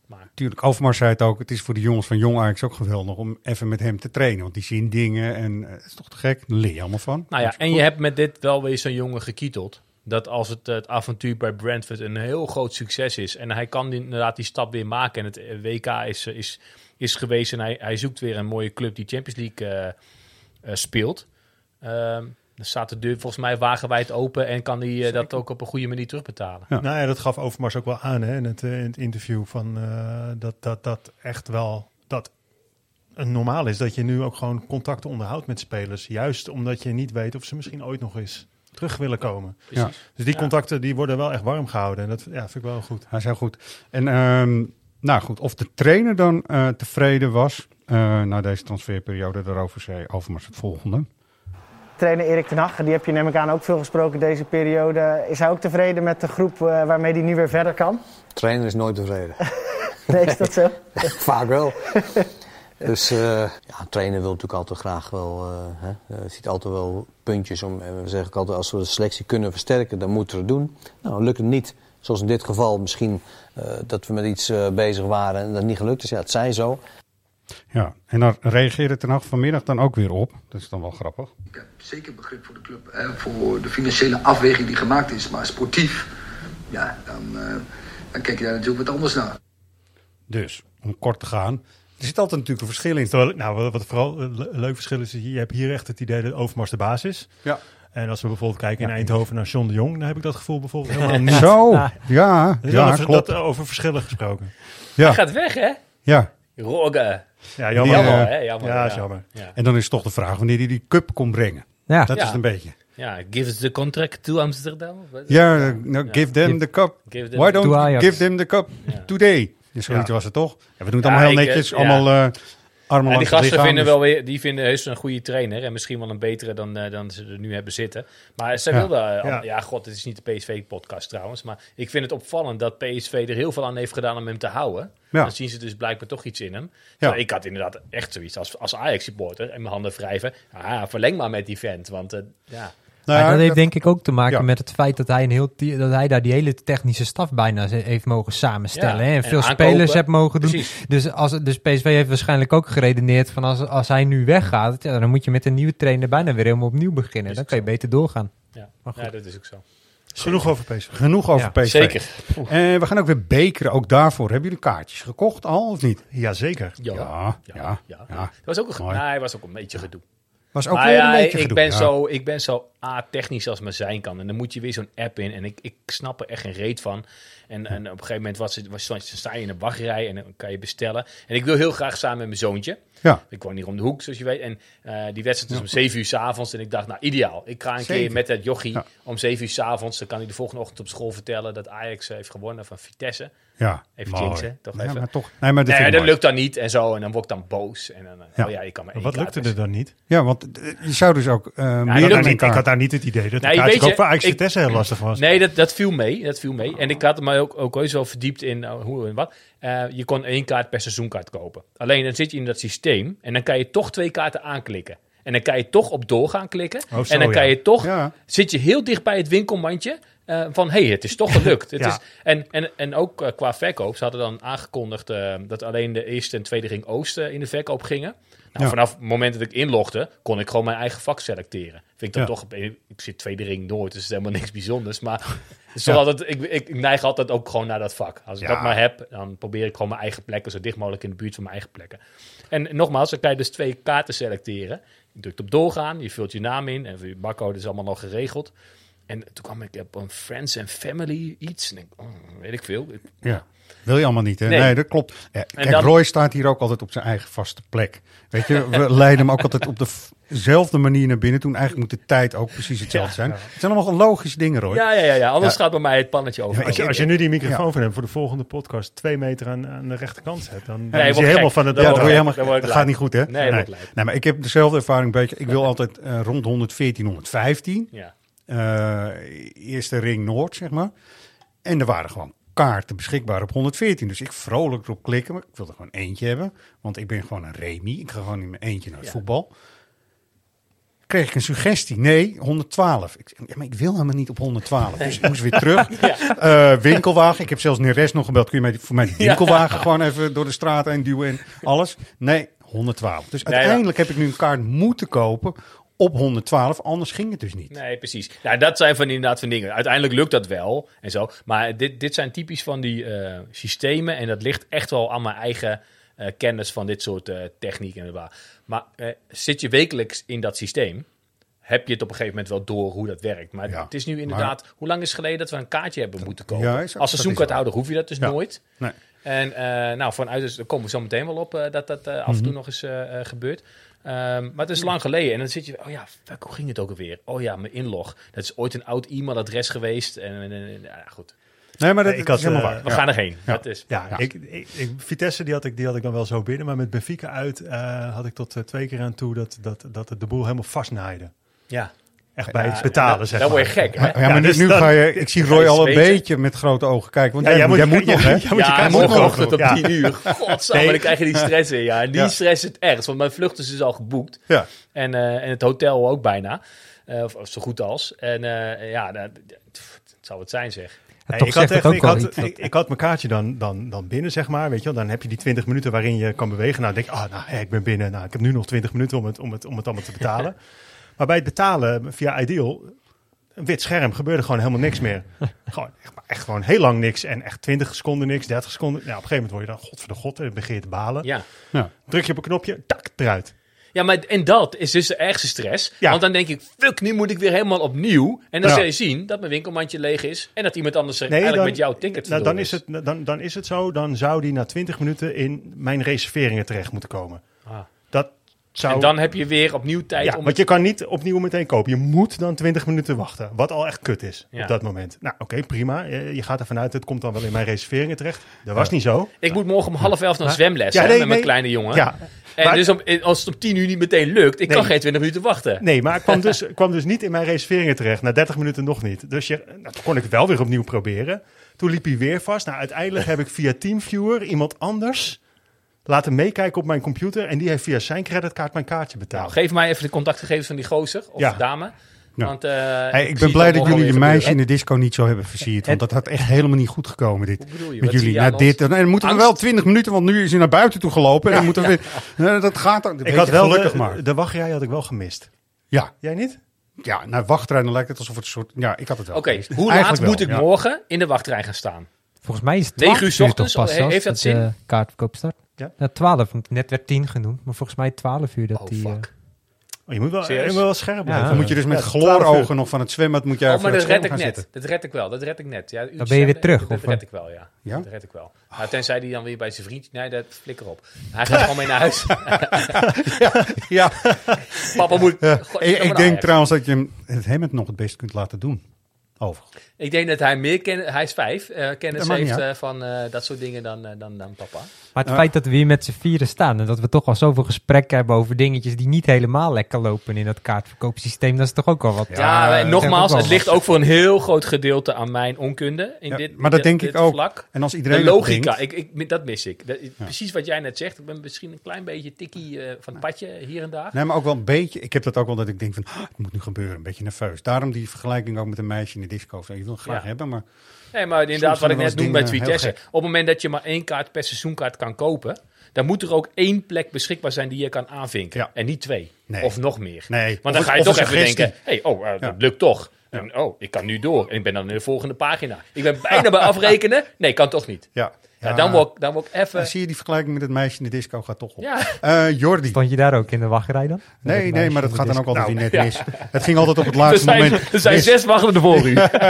Maar...
Tuurlijk, Overmars zei het ook. Het is voor de jongens van Jong Ajax ook geweldig om even met hem te trainen. Want die zien dingen en het uh, is toch te gek. Daar leer je allemaal van.
Nou ja, en je hebt met dit wel weer zo'n jongen gekieteld. Dat als het, het avontuur bij Brentford een heel groot succes is. En hij kan die, inderdaad die stap weer maken. En het W K is, is, is geweest. En hij, hij zoekt weer een mooie club die Champions League uh, uh, speelt. Uh, dan staat de deur volgens mij wagenwijd open. En kan hij uh, dat ook op een goede manier terugbetalen.
Ja. Nou ja, dat gaf Overmars ook wel aan hè, in, het, in het interview. Van, uh, dat, dat dat echt wel... dat normaal is dat je nu ook gewoon contacten onderhoudt met spelers. Juist omdat je niet weet of ze misschien ooit nog eens terug willen komen. Ja. Dus die contacten die worden wel echt warm gehouden. En dat ja, vind ik wel goed.
Hij is heel goed. En um, nou goed, of de trainer dan uh, tevreden was uh, na deze transferperiode, daarover zei Overmars het volgende.
Trainer Erik ten Hag, die heb je neem ik aan ook veel gesproken deze periode. Is hij ook tevreden met de groep uh, waarmee hij nu weer verder kan?
Trainer is nooit tevreden.
Nee, is dat zo?
Vaak wel. Dus uh, ja, een trainer wil natuurlijk altijd graag wel, uh, hè, uh, ziet altijd wel puntjes om, en we zeggen ook altijd als we de selectie kunnen versterken, dan moeten we het doen. Nou, lukt het niet, zoals in dit geval misschien uh, dat we met iets uh, bezig waren en dat niet gelukt is. Ja, het zij zo.
Ja, en dan reageerde Ten Hag vanmiddag dan ook weer op. Dat is dan wel grappig.
Ik heb zeker begrip voor de club, hè, voor de financiële afweging die gemaakt is, maar sportief, ja, dan, uh, dan kijk je daar natuurlijk wat anders naar.
Dus, om kort te gaan. Er zit altijd natuurlijk een verschil in.
Terwijl, nou, wat vooral een leuk verschil is, je hebt hier echt het idee dat Overmars de baas is.
Ja.
En als we bijvoorbeeld kijken in ja, Eindhoven naar John de Jong, dan heb ik dat gevoel bijvoorbeeld helemaal niet.
Zo, ja, ja,
ja
dat, klopt.
Dat over verschillen gesproken.
Ja. Hij gaat weg, hè?
Ja.
Rogge.
Ja, jammer.
Jammer,
Ja,
hè? Jammer,
ja,
ja.
is jammer.
Ja. En dan is toch de vraag wanneer hij die cup kon brengen. Ja. Dat ja. is het een beetje.
Ja, give us the contract to Amsterdam.
Ja, no, give them give, the cup. Give them Why don't you give them the cup ja. today? Dus zoiets ja. was het toch? Ja, we doen het ja, allemaal heel ik, netjes. Ja. Allemaal... Uh, Armen
en die gasten
lichaam,
vinden
dus.
wel weer, die vinden heus een goede trainer en misschien wel een betere dan, uh, dan ze er nu hebben zitten. Maar zij ja. wilden, uh, ja. ja, god, het is niet de P S V-podcast trouwens, maar ik vind het opvallend dat P S V er heel veel aan heeft gedaan om hem te houden. Ja. Dan zien ze dus blijkbaar toch iets in hem. Ja. Ik had inderdaad echt zoiets als, als Ajax-supporter en mijn handen wrijven. Ah, verleng maar met die vent, want uh, ja...
Nou, ja, dat heeft denk ik ook te maken ja. met het feit dat hij, een heel dat hij daar die hele technische staf bijna heeft mogen samenstellen. Ja, hè? En, en veel aankopen. Spelers heeft mogen doen. Dus, als, dus P S V heeft waarschijnlijk ook geredeneerd van als, als hij nu weggaat, ja, dan moet je met een nieuwe trainer bijna weer helemaal opnieuw beginnen. Dan kan je zo. beter doorgaan.
Ja. ja, dat is ook zo.
Genoeg over P S V.
Genoeg over ja, P S V.
Zeker.
En uh, we gaan ook weer bekeren, ook daarvoor. Hebben jullie kaartjes gekocht al of niet?
Jazeker.
Ja, ja,
ja. ja,
ja. ja. Dat was ook een, nou, hij was ook een beetje gedoe.
Was ook
maar
weer
ja,
een beetje
ik
gedoe.
ben,
ja.
zo, ik ben zo a-technisch als maar zijn kan. En dan moet je weer zo'n app in. En ik, ik snap er echt geen reet van. En, en op een gegeven moment was, was, was, sta je in een wachtrij en dan kan je bestellen. En ik wil heel graag samen met mijn zoontje.
Ja.
Ik woon hier om de hoek, zoals je weet. En uh, die wedstrijd is ja. om zeven uur 's avonds. En ik dacht, nou ideaal. Ik ga een zeven. keer met dat jochie ja. om zeven uur 's avonds. Dan kan hij de volgende ochtend op school vertellen dat Ajax heeft gewonnen van Vitesse.
Ja,
even jinxen, toch
ja,
even.
Maar toch, nee, maar dat,
nee, dat lukt dan niet en zo. En dan word ik dan boos. En dan,
ja.
oh ja, ik kan maar
wat lukte er dan niet?
Ja, want je zou dus ook uh, ja,
meer dan ik had daar niet het idee dat
nou,
het ook voor Ajax Vitesse heel lastig was.
Nee, dat, dat viel mee. Dat viel mee. En ik had me ook, ook ooit zo verdiept in uh, hoe en wat. Uh, je kon één kaart per seizoenkaart kopen. Alleen dan zit je in dat systeem en dan kan je toch twee kaarten aanklikken. En dan kan je toch op doorgaan klikken. Oh, zo, en dan kan ja. je toch, ja. zit je heel dicht bij het winkelmandje. Uh, van, hé, hey, het is toch gelukt. Het ja. is, en, en, en ook uh, qua verkoop. Ze hadden dan aangekondigd uh, dat alleen de eerste en tweede ring Oost uh, in de verkoop gingen. Nou, ja. Vanaf het moment dat ik inlogde, kon ik gewoon mijn eigen vak selecteren. Vind ik dan ja. toch, ik zit tweede ring Noord, dus het is helemaal niks bijzonders. Maar het is ja. altijd, ik, ik neig altijd ook gewoon naar dat vak. Als ik ja. dat maar heb, dan probeer ik gewoon mijn eigen plekken zo dicht mogelijk in de buurt van mijn eigen plekken. En nogmaals, dan kan je dus twee kaarten selecteren. Je drukt op doorgaan, je vult je naam in en je barcode is allemaal nog geregeld. En toen kwam ik op een Friends and Family iets. En ik, oh, weet ik veel.
Ja, wil je allemaal niet, hè? Nee, nee dat klopt. Ja, kijk,
dan,
Roy staat hier ook altijd op zijn eigen vaste plek. Weet je, we leiden hem ook altijd op dezelfde manier naar binnen. Toen eigenlijk moet de tijd ook precies hetzelfde zijn. Ja, ja. Het zijn allemaal logische dingen, Roy.
Ja, ja, ja, ja. Anders ja. gaat bij mij het pannetje over.
Ja, als, je, als je nu die microfoon ja. van hem voor de volgende podcast twee meter aan, aan de rechterkant zet, dan, dan nee, is hij helemaal van het...
Ja, dat,
helemaal,
dat, dat gaat niet goed, hè?
Nee, nee.
nee maar ik heb dezelfde ervaring een beetje. Ik wil altijd uh, rond honderdveertien, honderdvijftien.
Ja.
Uh, eerste ring Noord, zeg maar. En er waren gewoon kaarten beschikbaar op honderdveertien. Dus ik vrolijk erop klikken. Maar ik wilde gewoon eentje hebben. Want ik ben gewoon een Remy. Ik ga gewoon in mijn eentje naar het ja. voetbal. kreeg ik een suggestie. Nee, honderdtwaalf. Ik, ja, maar ik wil helemaal niet op honderdtwaalf. Dus ik moest weer terug. ja. uh, winkelwagen. Ik heb zelfs Neres nog gebeld. Kun je mij, voor mij die winkelwagen ja. gewoon even door de straat heen duwen en alles? Nee, honderdtwaalf. Dus nee, uiteindelijk heb ik nu een kaart moeten kopen op honderdtwaalf. Anders ging het dus niet.
Nee, precies. Nou, dat zijn van inderdaad van dingen. Uiteindelijk lukt dat wel en zo. Maar dit, dit zijn typisch van die uh, systemen. En dat ligt echt wel aan mijn eigen uh, kennis van dit soort uh, technieken en bla. Maar uh, zit je wekelijks in dat systeem, heb je het op een gegeven moment wel door hoe dat werkt. Maar ja, het is nu inderdaad... Maar, hoe lang is het geleden dat we een kaartje hebben moeten kopen? Ja, is, Als seizoenkaarthouder hoef je dat dus ja. nooit. Nee. En uh, nou, vanuit, daar komen we zo meteen wel op uh, dat dat uh, af en toe mm-hmm. nog eens uh, uh, gebeurt. Um, maar het is lang geleden. En dan zit je... Oh ja, fuck, hoe ging het ook alweer? Oh ja, mijn inlog. Dat is ooit een oud e-mailadres geweest. En, en, en ja, goed.
Nee, maar dat
ik
is
had,
helemaal
uh,
waar.
We
ja.
gaan erheen.
Ja,
dat is,
ja, ja. Ik, ik, ik, Vitesse die had, ik, die had ik dan wel zo binnen. Maar met Benfica uit uh, had ik tot uh, twee keer aan toe dat, dat, dat het de boel helemaal vastnaaide.
Ja.
Echt bij ja, het betalen,
dat,
zeg
dat
maar.
word je gek, hè?
Ja, ja, maar dus nu dan, ga je... Ik zie Roy al een beetje met grote ogen kijken. Want ja, jij, jij, moet, jij moet nog, hè?
Ja, moet ja morgenochtend om tien uur. Godsamme, nee. Dan krijg je die stress in. Ja, en die ja. stress is het ergst. Want mijn vlucht is dus al geboekt. Ja. En, uh, en het hotel ook bijna. Uh, of, of zo goed als. En uh, ja, dat, dat zou het zijn, zeg.
Ja, ik, had echt, ik, had, ik, ik had mijn kaartje dan, dan, dan binnen, zeg maar. Weet je wel. Dan heb je die twintig minuten waarin je kan bewegen. Nou, denk ik, ah, nou, hey, ik ben binnen. Nou, ik heb nu nog twintig minuten om het, om het, om het allemaal te betalen. Maar bij het betalen via Ideal, een wit scherm, gebeurde gewoon helemaal niks meer. Gewoon echt, echt gewoon heel lang niks. En echt twintig seconden niks, dertig seconden. Nou, op een gegeven moment word je dan, god voor de god, en dan begin je te balen.
Ja.
Ja.
Druk je op een knopje, tak, eruit.
Ja, maar en dat is dus de ergste stress. Ja. Want dan denk ik, fuck, nu moet ik weer helemaal opnieuw. En dan ja. zul je zien dat mijn winkelmandje leeg is. En dat iemand anders nee, eigenlijk dan, met jouw ticket
nou, dan is. Het, dan, dan is het zo, dan zou die na twintig minuten in mijn reserveringen terecht moeten komen. Ah. Dat zou...
En dan heb je weer opnieuw tijd
ja,
om...
want je kan niet opnieuw meteen kopen. Je moet dan twintig minuten wachten. Wat al echt kut is ja. op dat moment. Nou, oké, okay, prima. Je, je gaat ervan uit, het komt dan wel in mijn reserveringen terecht. Dat was ja. niet zo.
Ik moet morgen om half elf naar zwemles ja, nee, met nee, mijn kleine jongen. Ja. En maar, dus om, als het om tien uur niet meteen lukt, ik nee. kan geen twintig minuten wachten.
Nee, maar ik kwam dus, kwam dus niet in mijn reserveringen terecht. Na dertig minuten nog niet. Dus je, nou, toen kon ik het wel weer opnieuw proberen. Toen liep hij weer vast. Nou, uiteindelijk heb ik via Teamviewer iemand anders laten meekijken op mijn computer. En die heeft via zijn creditcard mijn kaartje betaald.
Nou, geef mij even de contactgegevens van die gozer of ja. dame.
Ja.
Want, uh,
hey, ik, ik ben blij dat jullie de meisje in de disco niet zo hebben versierd. Want dat had echt helemaal niet goed gekomen, dit.
Je,
met jullie. Nou, dit, en dan moeten we wel twintig minuten, want nu is hij naar buiten toe gelopen. Ja, en dan moeten we ja. weer, dat gaat dan.
Ik had wel gelukkig de, maar. De wachtrij had ik wel gemist.
Ja.
Jij niet?
Ja, naar wachtrij, dan lijkt het alsof het een soort... Ja, ik had het wel.
Oké, okay, hoe laat moet ik ja. morgen in de wachtrij gaan staan?
Volgens mij is het
negen uur 's ochtends. Pas heeft dat, dat zin?
De kaartverkoop start. Ja? Ja, twaalf, want net werd tien genoemd. Maar volgens mij twaalf uur dat
oh,
die...
Fuck.
Oh, je moet wel, je moet wel scherp blijven.
Ja, dan moet je dus met ja, chloorogen nog van het zwembad moet jij
oh, maar
dat
red ik net. Zitten. Dat red ik wel. Dat red ik net. Ja,
dan ben je weer terug.
Dat, dat red ik wel, ja. ja? Dat red ik wel. Oh. Nou, tenzij die dan weer bij zijn vriendje... Nee, dat flikker op. Hij gaat gewoon mee naar huis.
ja, ja.
Papa moet...
Uh, God, ik ik denk trouwens dat je hem, hem het nog het best kunt laten doen. Overigens.
Ik denk dat hij meer kennis... Hij is vijf. Uh, kennis heeft uh, van uh, dat soort dingen dan, uh, dan, dan papa.
Maar het uh, feit dat we hier met z'n vieren staan... en dat we toch al zoveel gesprekken hebben over dingetjes... die niet helemaal lekker lopen in dat kaartverkoopsysteem... dat is toch ook wel wat...
Ja, ja en nogmaals, het ligt ook voor een heel groot gedeelte... aan mijn onkunde in
ja,
dit
Maar dat
dit,
denk
dit
ik ook.
Vlak.
En als iedereen
de logica,
denkt,
ik, ik, dat mis ik. Dat, ja. Precies wat jij net zegt. Ik ben misschien een klein beetje tikkie uh, van het padje hier en daar.
Nee, maar ook wel een beetje... Ik heb dat ook wel dat ik denk van... Oh, het moet nu gebeuren, een beetje nerveus. Daarom die vergelijking ook met een meisje in de disco. Je wil het graag ja. hebben, maar...
Nee, maar inderdaad, wat ik net noem met Vitesse. Op het moment dat je maar één kaart per seizoenkaart kan kopen... dan moet er ook één plek beschikbaar zijn die je kan aanvinken. Ja. En niet twee. Nee. Of nog meer.
Nee.
Want dan ga je toch even denken... Hey, oh, uh, dat ja. lukt toch. Ja. En, oh, ik kan nu door. En ik ben dan in de volgende pagina. Ik ben bijna bij afrekenen. Nee, kan toch niet.
Ja.
Ja, dan word ik, dan word ik even...
Dan zie je die vergelijking met het meisje in de disco gaat toch op.
Ja.
Uh, Jordi.
Stond je daar ook in de wachtrij dan?
Nee, nee, maar dat gaat dan ook altijd nou, net ja. mis. Het ging altijd op het laatste
er zijn,
moment.
Er zijn mis. zes wachtende voor u.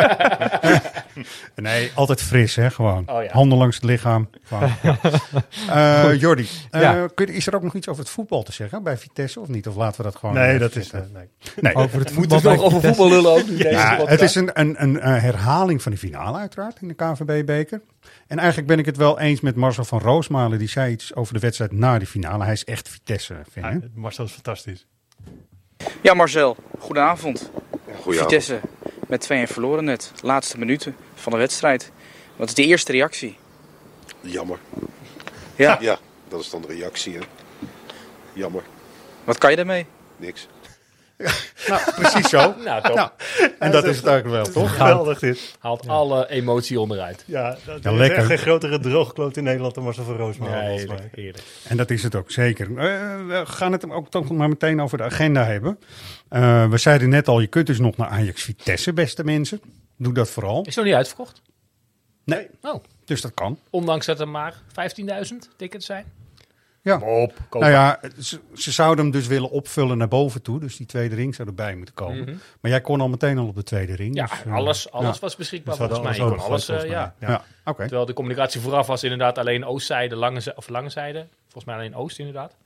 Nee, altijd fris, hè, gewoon.
Oh, ja.
Handen langs het lichaam. Gewoon, ja. uh, Jordi, uh, ja. kun, is er ook nog iets over het voetbal te zeggen bij Vitesse of niet? Of laten we dat gewoon...
Nee, dat is... Uh, nee.
nee.
Over het voetbal
Moeten we nog over voetbal lullen ook?
Ja, het is een, een, een, een herhaling van de finale uiteraard in de K N V B-beker. En eigenlijk ben ik het wel eens met Marcel van Roosmalen. Die zei iets over de wedstrijd na de finale. Hij is echt Vitesse-fan.
Ja, Marcel is fantastisch.
Ja, Marcel. Goedenavond.
Goedenavond.
Vitesse met twee-een verloren net. Laatste minuten van de wedstrijd. Wat is de eerste reactie?
Jammer.
Ja?
Ja, dat is dan de reactie, hè. Jammer.
Wat kan je daarmee?
Niks.
Nou, precies zo.
Nou, top.
Nou, en dat is het eigenlijk wel, toch?
Geweldig dit.
Haalt
Ja.
alle emotie onderuit.
Ja, dat
Ja,
is
lekker.
echt geen grotere droogkloot in Nederland dan Marcel van Roosmalen.
Nee,
volgens mij.
heerlijk, heerlijk.
En dat is het ook, zeker. Uh, we gaan het ook toch maar meteen over de agenda hebben. Uh, we zeiden net al, je kunt dus nog naar Ajax Vitesse, beste mensen. Doe dat vooral.
Is nog niet uitverkocht?
Nee.
Oh.
Dus dat kan.
Ondanks dat er maar vijftienduizend tickets zijn.
Ja.
Op, koop
Nou ja, ze, ze zouden hem dus willen opvullen naar boven toe. Dus die tweede ring zou erbij moeten komen.
Mhm.
Maar jij kon al meteen al op de tweede ring.
Ja,
dus, uh,
alles, alles
ja.
was beschikbaar
Dus we
volgens mij.
hadden
Je kon
alles
alles,
opengegooid,
eh, ja.
volgens mij.
Ja, oké.
Terwijl de communicatie vooraf was inderdaad alleen oostzijde, lange, zij- of lange zijde. Volgens mij alleen oost inderdaad.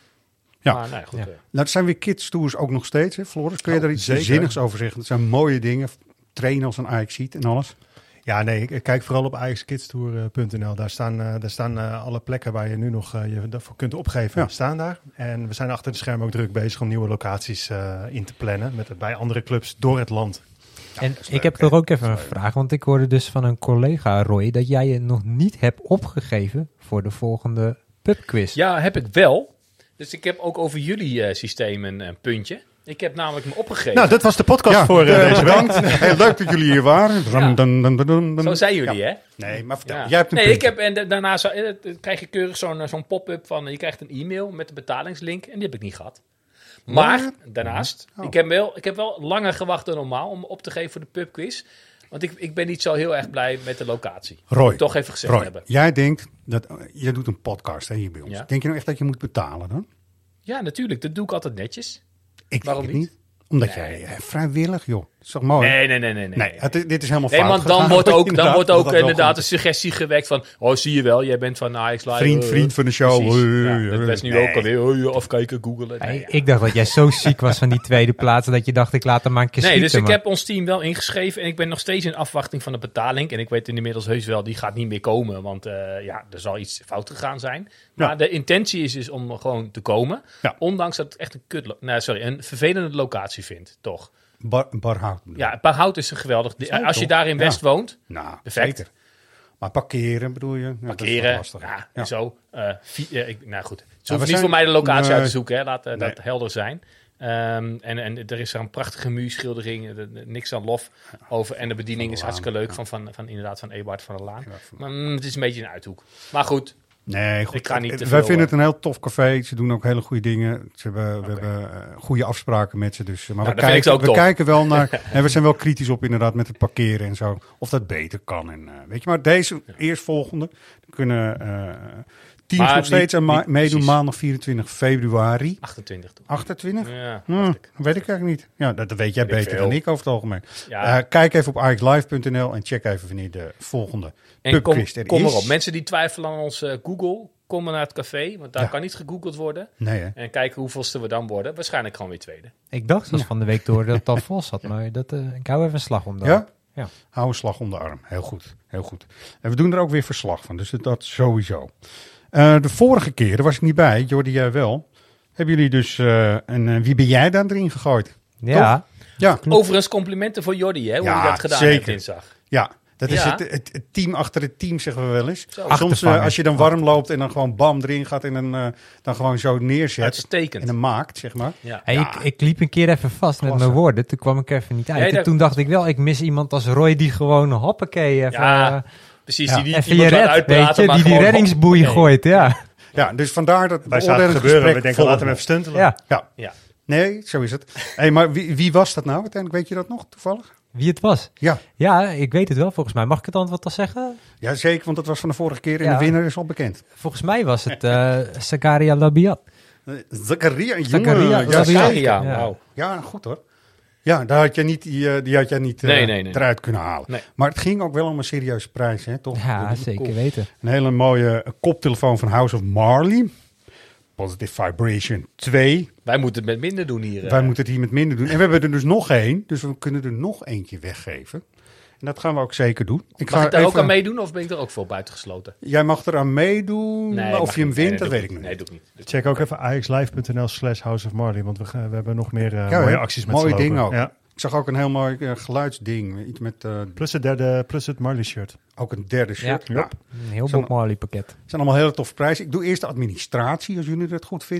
Ja.
Maar nou ja, goed.
Ja.
eh.
Nou, het zijn weer kids tours ook nog steeds, hè, Floris? Kun je
Oh,
daar iets
zeker.
zinnigs over zeggen? Dat zijn mooie dingen. Trainen als een Ajax ziet en alles.
Ja, nee, ik- kijk vooral op ajax kids tour punt n l. Daar staan, uh, daar staan uh, alle plekken waar je nu nog uh, je daarvoor kunt opgeven,
Ja.
staan daar. En we zijn achter de schermen ook druk bezig om nieuwe locaties uh, in te plannen met, bij andere clubs door het land.
En ik heb er ook even een vraag, want ik hoorde dus van een collega, Roy, dat jij je nog niet hebt opgegeven voor de volgende pubquiz.
Ja, heb ik wel. Dus ik heb ook over jullie uh, systeem een, een puntje. Ik heb namelijk me opgegeven.
Nou, dat was de podcast voor uh,
uh,
deze week.
bedankt. Heel leuk dat jullie hier waren.
Ja.
Dun, dun, dun, dun, dun.
Zo zijn jullie,
Ja.
hè?
Nee, maar vertel.
Ja.
Jij hebt een
nee, ik
puntje.
heb, en da- daarna zo, eh, dan krijg je keurig zo'n eh, zo'n pop-up van... eh, je krijgt een e-mail met de betalingslink en die heb ik niet gehad. Maar
Wat?
daarnaast,
Oh.
ik, heb wel, ik heb wel langer gewacht dan normaal om me op te geven voor de pubquiz. Want ik, ik ben niet zo heel erg blij met de locatie.
Roy,
Moet ik toch even gezegd
Roy,
hebben.
jij denkt dat... uh, jij doet een podcast hè, hier bij ons.
Ja.
Denk je nou echt dat je moet betalen dan?
Ja, natuurlijk. Dat doe ik altijd netjes.
Ik
Waarom
denk het
niet?
niet. Omdat
Nee.
jij eh, vrijwillig, joh. Dat is toch mooi?
Nee, nee, nee, nee. nee,
Nee,
nee.
het, dit is helemaal
Nee,
fout
want dan
gegaan.
wordt ook, dan
Inderdaad,
wordt
dat
ook
dat wel
inderdaad
goed
een
is.
suggestie gewekt van... Oh, zie je wel, jij bent van Ajax Live.
Vriend,
eh,
vriend van de show.
Precies.
Eh,
Ja, dat was nu
nee.
ook alweer. Oh, je afkijken, googelen. Nee,
Hey,
ja.
ik dacht dat jij zo ziek was van die tweede plaats, dat je dacht, ik laat hem maar een keer
Nee,
schieten.
dus ik
maar-
heb ons team wel ingeschreven en ik ben nog steeds in afwachting van de betaling. En ik weet inmiddels heus wel, die gaat niet meer komen, want eh, ja, er zal iets fout gegaan zijn. Maar
Ja.
de intentie is dus om gewoon te komen,
Ja.
ondanks dat het echt een kut, lo- nou, sorry, een vervelende locatie vindt, toch?
Bar, Barhout. bedoel
Ja, Parhout is een geweldig.
Zeker,
Als je
toch?
daar in West
Ja.
woont,
Nou,
perfect.
zeker. Maar parkeren bedoel je? Ja, dat is
Parkeren,
wat lastig.
ja,
Ja.
en zo. eh, vi- eh, ik, nou goed, het
we
hoeft niet
zijn-
voor mij de locatie
Nee.
uit te zoeken, hè. Laat eh,
Nee.
dat helder zijn. Ehm, en, en er is er een prachtige muurschildering, eh, eh, niks aan lof over. En de bediening is
Laan,
hartstikke leuk
ja.
van, van, van inderdaad van Eberhard van der Laan.
Eberhard van
Maar mm, het is een beetje een uithoek. Maar goed,
Nee, goed.
Ik ga niet te
Wij
veel,
vinden
eh,
het een heel tof café. Ze doen ook hele goede dingen. Ze hebben, We hebben uh, goede afspraken met ze. Dus, uh, maar
Nou,
we,
dat vind ik
kijken,
ook
we
tof.
kijken wel naar... en we zijn wel kritisch op inderdaad met het parkeren en zo. Of dat beter kan. En, uh, weet je, maar deze eerstvolgende kunnen uh, teams
Maar
nog steeds
niet-
aan ma-
niet
meedoen.
precies.
Maandag vierentwintig februari.
achtentwintig toch?
achtentwintig?
Ja,
Hmm,
dacht ik.
weet ik eigenlijk niet. Ja, dat, dat weet jij
Weet ik
beter
veel.
dan ik over het algemeen.
Ja.
Uh, kijk even op ajax live punt n l en check even wanneer de volgende
En kom,
pubquiz er
kom
is.
erop. Mensen die twijfelen aan ons uh, Google, kom maar naar het café. Want daar
Ja.
kan niet gegoogeld worden.
Nee, hè?
En kijken hoeveelste we dan worden. Waarschijnlijk gewoon weer tweede.
Ik dacht zelfs van de week door dat het al vol zat, maar dat, uh, ik hou even een slag om dat.
Ja?
Ja.
Hou een slag om de arm. Heel goed, heel goed. En we doen er ook weer verslag van, dus dat sowieso. Uh, de vorige keer, daar was ik niet bij, Jordi, jij wel. Hebben jullie dus uh, een uh, Wie ben jij daar erin gegooid?
Ja.
Toch? Ja.
Overigens complimenten voor Jordi, hè, hoe
Ja,
hij dat gedaan
zeker.
heeft dinsdag.
Ja, dat is
Ja.
het, het, het team achter het team, zeggen we wel eens.
Zo.
Soms
Achtervanger.
uh, als je dan warm loopt en dan gewoon bam erin gaat en dan, uh, dan gewoon zo neerzet.
Uitstekend.
En dan maakt, zeg maar.
Ja.
Hey,
Ja.
ik, ik liep een keer even vast met
Klasse.
mijn woorden. Toen kwam ik even niet uit.
Nee,
En
dat-
toen dacht ik wel, ik mis iemand als Roy die gewoon hoppakee even,
Ja,
eh,
precies.
ja.
Die niet
even je
iemand laat
red,
uitpraten,
weet je,
maar
die die
gewoon
reddingsboei
hoppakee.
gooit, ja.
Ja, dus vandaar dat
Wij zagen het gebeuren en we denken, laten we hem even stuntelen.
ja.
Ja.
Ja.
Nee, zo is het. Hey, maar wie, wie was dat nou uiteindelijk? Weet je dat nog toevallig?
Wie het was.
Ja.
Ja, ik weet het wel volgens mij. Mag ik het antwoord al zeggen?
Ja, zeker, want dat was van de vorige keer en
Ja.
de winnaar is al bekend.
Volgens mij was het uh, Zakaria Labiat.
Zakaria,
Zakaria
jongen. Ja,
Labiat.
zeker.
Ja,
Ja.
wauw.
Ja, goed hoor. Ja, daar had je niet, die, eh, die had jij niet eh,
Nee, nee, nee.
eruit kunnen halen.
Nee.
Maar het ging ook wel om een serieuze prijs, hè, toch?
Ja,
Jordi?
zeker
Cool.
weten.
Een hele mooie eh, koptelefoon van House of Marley. Positive Vibration twee.
Wij moeten het met minder doen hier.
Wij
eh.
moeten het hier met minder doen. En we hebben er dus nog één. Dus we kunnen er nog eentje weggeven. En dat gaan we ook zeker doen. Ik
Mag
ga
ik daar
even-
ook aan meedoen of ben ik er ook voor buitengesloten?
Jij mag eraan meedoen.
Nee,
of
mag
je hem
niet.
wint,
Nee,
dat
doe
weet
ik
ik
niet.
niet.
Nee, doe ik niet.
Check ook even ajaxlive.nl slash House of Marley, want we, gaan- we hebben nog meer uh,
Ja,
mooie
hè?
acties met
Mooie
z'n lopen.
dingen ook.
Ja.
Ik zag ook een heel mooi eh, geluidsding. Iets met eh,
Plus het derde, plus het Marley shirt.
ook een derde shirt.
Ja.
Ja.
Een heel
Zo'n-
Bob Marley pakket.
Het zijn allemaal hele toffe prijzen. Ik doe eerst de administratie, als jullie dat goed vinden.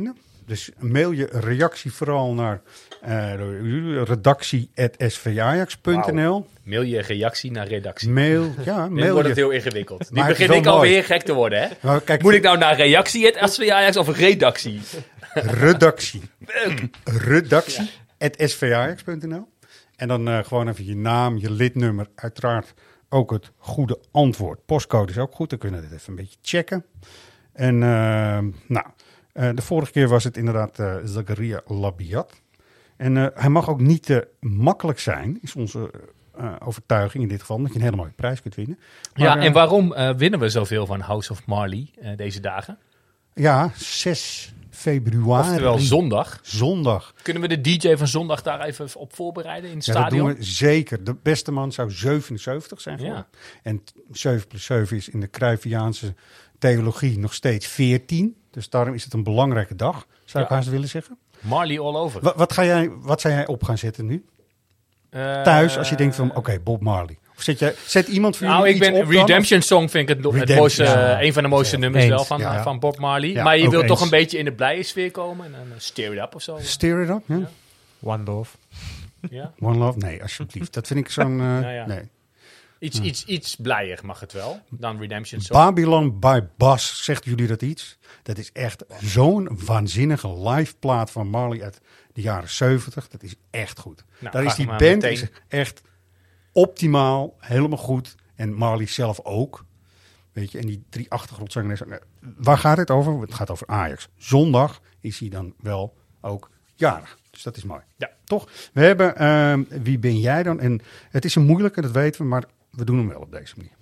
Dus mail je reactie vooral naar uh, redactie apenstaartje s v ajax punt n l.
Wow. Mail je reactie naar redactie.
Mail, ja, mail
nu wordt
je.
het heel ingewikkeld. Nu
Maar
begin
het is
ik
wel
alweer
mooi.
gek te worden, hè?
Nou, kijk,
Moet ik nou naar reactie apenstaartje s v ajax of redactie?
Redactie. redactie apenstaartje s v ajax punt n l. En dan uh, gewoon even je naam, je lidnummer, uiteraard ook het goede antwoord. Postcode is ook goed, dan kunnen we dit even een beetje checken. En uh, nou, uh, de vorige keer was het inderdaad uh, Zakaria Labiat. En uh, hij mag ook niet te makkelijk zijn, is onze uh, overtuiging in dit geval, dat je een hele mooie prijs kunt winnen. Maar,
ja, en
uh,
waarom uh, winnen we zoveel van House of Marley uh, deze dagen?
Ja, zes februari.
Oftewel zondag.
Zondag.
Kunnen we de D J van zondag daar even op voorbereiden in het
Ja,
stadion?
dat doen we zeker. De beste man zou zevenenzeventig zijn voor.
Ja.
En zeven plus zeven is in de Cruyffiaanse theologie nog steeds veertien. Dus daarom is het een belangrijke dag, zou ik
Ja.
haast willen zeggen.
Marley all over.
Wat, wat, ga jij, wat zou jij op gaan zetten nu?
Uh,
Thuis, als je denkt van, oké, okay, Bob Marley. Of zet, jij, zet iemand voor
nou,
jullie
ik
iets
ben
op dan?
Redemption Song vind ik het, het mooiste,
ja.
een van de mooiste
Ja.
nummers
Eens.
wel van,
Ja.
van Bob Marley.
Ja,
maar je
ook
wilt toch
eens.
een beetje in de blije sfeer komen en dan uh, Steer It Up of zo.
Steer It Up, ja.
Ja.
One Love.
Ja.
One Love? Nee, alsjeblieft. Dat vind ik zo'n... Uh,
Nou ja.
nee.
Iets, iets, iets blijer mag het wel dan Redemption Song.
Babylon by Bas, zegt jullie dat iets? Dat is echt zo'n waanzinnige live plaat van Marley uit de jaren zeventig. Dat is echt goed.
Nou,
Daar
ga
is die
ik maar
band
meteen-
is echt optimaal, helemaal goed. En Marley zelf ook. Weet je, en die drie achtergrondzangers. Waar gaat het over? Het gaat over Ajax. Zondag is hij dan wel ook jarig. Dus dat is mooi.
Ja.
Toch? We hebben, uh, wie ben jij dan? En het is een moeilijke, dat weten we, maar we doen hem wel op deze manier.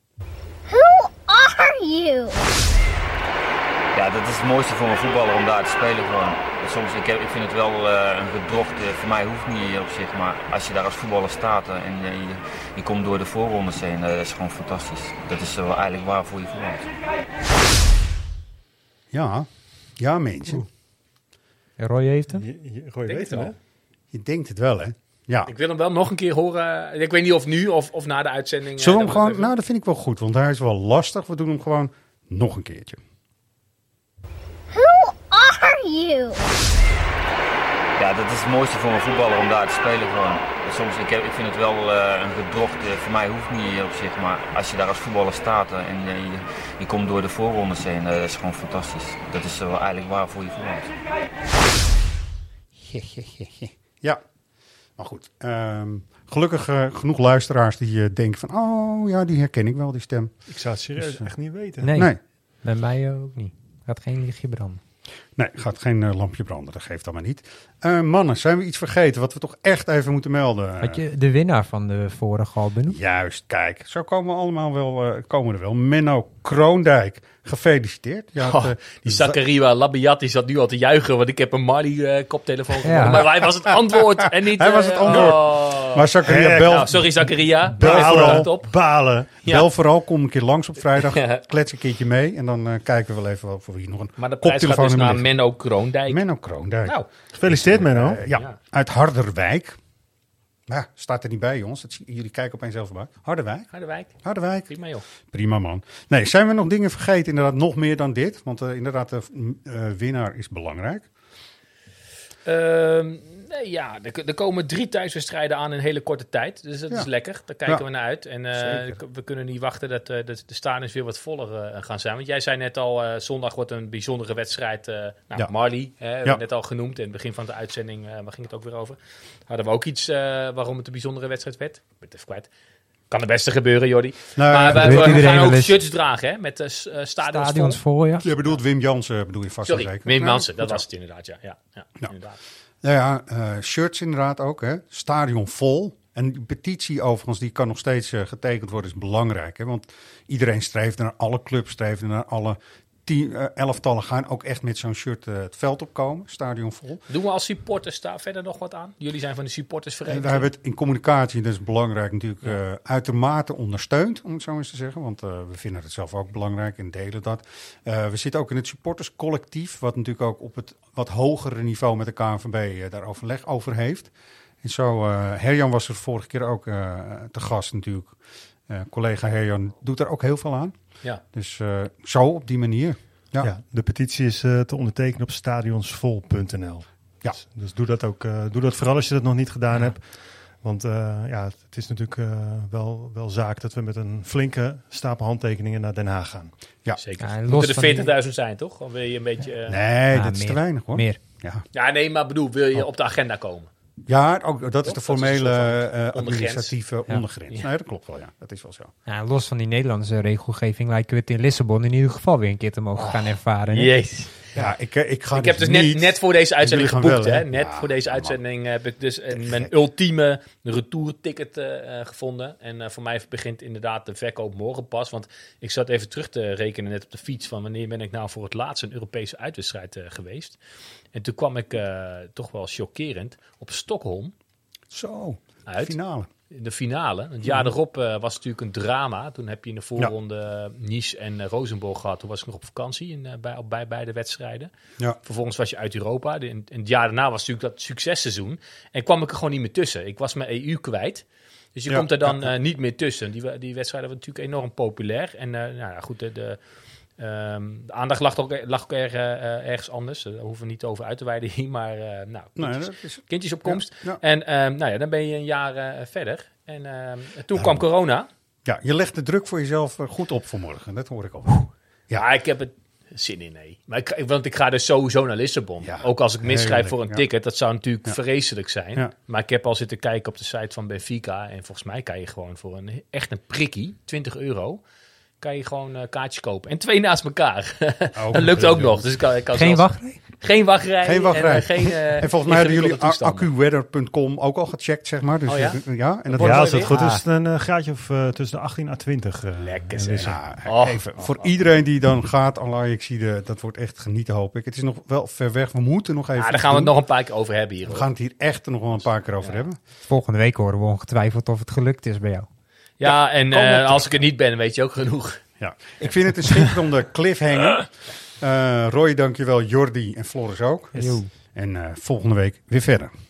Who are you?
Ja, dat is het mooiste voor een voetballer om daar te spelen gewoon. Soms, ik, heb, ik vind het wel uh, een gedrocht, uh, voor mij hoeft niet op zich, maar als je daar als voetballer staat uh, en uh, je, je komt door de voorrondes heen, uh, dat is gewoon fantastisch. Dat is uh, eigenlijk waarvoor je voetbalt.
Ja, ja mensen.
Roy heeft hem?
Je, je, Roy
Denk
weet
het
hem,
wel.
hè?
Je denkt het wel, hè? Ja.
Ik wil hem wel nog een keer horen. Ik weet niet of nu of, of na de uitzending.
Zullen we
uh,
hem
dat
gewoon... Nou, dat vind ik wel goed, want hij is wel lastig. We doen hem gewoon nog een keertje.
Who are you?
Ja, dat is het mooiste voor een voetballer om daar te spelen gewoon. Soms, ik, heb, ik vind het wel uh, een gedrocht, uh, voor mij hoeft niet op zich, maar als je daar als voetballer staat uh, en uh, je, je komt door de voorrondes heen, uh, dat is gewoon fantastisch. Dat is uh, eigenlijk waarvoor je voetbalt.
Ja, maar goed. Um, gelukkig uh, genoeg luisteraars die uh, denken van... Oh ja, die herken ik wel, die stem.
Ik zou het serieus
Dus, uh,
echt niet weten.
Nee,
Nee.
bij mij ook niet. Gaat geen lichtje branden.
Nee, gaat geen uh, lampje branden. Dat geeft allemaal niet. Uh, mannen, zijn we iets vergeten wat we toch echt even moeten melden?
Had je de winnaar van de vorige al benoemd?
Juist, kijk. Zo komen we allemaal wel, uh, komen er wel. Menno Kroondijk, gefeliciteerd. Je had,
Oh,
uh,
die Zakaria Labiat die zat nu al te juichen, want ik heb een Marley uh, koptelefoon gevonden.
Ja.
Maar hij was het antwoord en niet...
Hij was het
uh,
antwoord.
oh.
Maar Zakaria,
Heck,
bel-
nou, sorry Zakaria.
Bel
Even
vooral.
contact op.
Balen.
Ja.
Bel vooral, kom een keer langs op vrijdag.
Ja.
Klets een keertje mee. En dan uh, kijken we wel even of we hier nog een
Maar de prijs gaat dus naar Menno Kroondijk.
Menno Kroondijk.
Nou,
Gefeliciteerd, Menno.
Uh, ja,
Ja.
uit Harderwijk. Ja, staat er niet bij, jongens. Dat, zie- jullie kijken opeens zelf voorbij. Harderwijk.
Harderwijk.
Harderwijk.
Prima joh.
Prima, man. Nee, zijn we nog dingen vergeten? Inderdaad, nog meer dan dit. Want uh, inderdaad, de uh, winnaar is belangrijk.
Um, nee, ja, er, er komen drie thuiswedstrijden aan in een hele korte tijd. Dus dat
Ja.
is lekker. Daar kijken
Ja.
we naar uit. En uh,
Zeker.
k- we kunnen niet wachten dat, uh, dat de stadions weer wat voller uh, gaan zijn. Want jij zei net al, uh, zondag wordt een bijzondere wedstrijd. Uh, nou,
Ja.
Marley, hè, hebben
Ja.
we net al genoemd. In het begin van de uitzending, uh, waar ging het ook weer over? Hadden we ook iets uh, waarom het een bijzondere wedstrijd werd? Ik ben het even kwijt. Kan het beste gebeuren, Jordi.
Nou,
maar
dat
we,
weet
we
iedereen
gaan
wel
ook
eens.
shirts dragen, hè? Met uh, s- uh, stadions,
Stadions
vol.
vol, ja.
Je bedoelt Wim Jansen, bedoel je vast
Sorry,
wel zeker.
Wim
Nou,
Jansen, dat
goed
was
zo.
het inderdaad, ja. ja, ja,
Ja.
inderdaad.
Nou ja, uh, shirts inderdaad ook. Hè. Stadion vol. En die petitie overigens, die kan nog steeds uh, getekend worden, is belangrijk. Hè. Want iedereen streeft naar, alle clubs streven naar, alle tien, uh, elftallen gaan ook echt met zo'n shirt uh, het veld opkomen. Stadion vol.
Doen we als supporters daar verder nog wat aan? Jullie zijn van de
En
supportersvereniging.
we hebben het in communicatie, dat is belangrijk, natuurlijk uh, uitermate ondersteund, om het zo eens te zeggen. Want uh, we vinden het zelf ook belangrijk en delen dat. Uh, we zitten ook in het supporterscollectief, wat natuurlijk ook op het wat hogere niveau met de K N V B uh, daar overleg over heeft. En zo, uh, Herjan was er vorige keer ook uh, te gast natuurlijk. Uh, collega Herjan doet er ook heel veel aan.
Ja.
Dus uh, zo op die manier. Ja.
Ja, de petitie is uh, te ondertekenen op stadionsvol punt n l.
Ja.
Dus, dus doe dat ook. Uh, doe dat vooral als je dat nog niet gedaan ja. hebt. Want uh, ja, het is natuurlijk uh, wel, wel zaak dat we met een flinke stapel handtekeningen naar Den Haag gaan.
Ja,
zeker. Ja, moeten er veertigduizend zijn, toch? Of wil je een beetje... Uh...
Nee,
ja,
dat is
meer.
te weinig, hoor.
Meer.
Ja,
ja nee, maar bedoel, wil je
oh.
op de agenda komen?
Ja, ook, dat is de formele
uh,
uh, administratieve
ja.
ondergrens.
Ja.
Nee, dat klopt wel, ja. Dat is wel zo.
Ja, los van die Nederlandse regelgeving lijken we het in Lissabon in ieder geval weer een keer te mogen oh. gaan ervaren. Hè?
Jezus.
Ja, ik, ik ga
ik
dus
heb dus
niet...
net, net voor deze uitzending geboekt.
Wel,
hè? Net
ja,
voor deze uitzending man. heb ik dus een, mijn ultieme retourticket uh, gevonden. En uh, voor mij begint inderdaad de verkoop morgen pas. Want ik zat even terug te rekenen net op de fiets van wanneer ben ik nou voor het laatst een Europese uitwedstrijd uh, geweest. En toen kwam ik uh, toch wel chockerend op Stockholm.
Zo,
uit.
Finale.
De finale. Het jaar mm. erop uh, was natuurlijk een drama. Toen heb je in de voorronde ja. Nice en uh, Rosenborg gehad. Toen was ik nog op vakantie in, uh, bij, op, bij beide wedstrijden. Ja. Vervolgens was je uit Europa. De, in, in het jaar daarna was natuurlijk dat successeizoen. En kwam ik er gewoon niet meer tussen. Ik was mijn E U kwijt. Dus je ja, komt er dan ja. uh, niet meer tussen. Die, die wedstrijden waren natuurlijk enorm populair. En uh, nou ja, goed, de... de Um, de aandacht lag ook, lag ook er, uh, ergens anders. Daar hoeven we niet over uit te wijden hier. Maar uh, nou, kindjes, nee, is... kindjes op komst. Ja, ja. En um, nou ja, dan ben je een jaar uh, verder. En uh, toen ja. kwam corona.
Ja, je legt de druk voor jezelf goed op voor morgen. Dat hoor ik al. Ja,
ja ik heb het zin in, nee. Maar ik, want ik ga dus sowieso naar Lissabon. Ja. Ook als ik misschrijf voor een ja. ticket. Dat zou natuurlijk ja. vreselijk zijn. Ja. Maar ik heb al zitten kijken op de site van Benfica. En volgens mij kan je gewoon voor een echt een prikkie, twintig euro... kan je gewoon uh, kaartjes kopen. En twee naast elkaar. Oh, dat lukt ook nog. Dus ik kan, ik kan
geen
zelfs...
wachtrij?
Geen wachtrij.
Geen wachtrij.
En, uh, geen, uh,
en volgens mij hadden jullie accuweather punt com ook al gecheckt, zeg maar. Dus,
oh ja?
ja, en dat
ja als het goed is, een uh, graadje of uh, tussen de achttien à twintig. Uh,
Lekker zeg.
Ja, oh, even, oh, voor oh, iedereen die dan gaat, Allah, ik zie de, dat wordt echt genieten, hoop ik. Het is nog wel ver weg. We moeten nog even...
Ja, daar gaan we het nog een paar keer over hebben hier.
We
hoor.
gaan het hier echt nog wel een paar keer over ja. hebben.
Volgende week horen we ongetwijfeld of het gelukt is bij jou.
Ja, ja en uh, als ik er niet ben, weet je ook genoeg.
Ja, ik vind het een schitterende cliffhanger. Uh, Roy, dankjewel. Jordi en Floris ook. Yes. En uh, volgende week weer verder.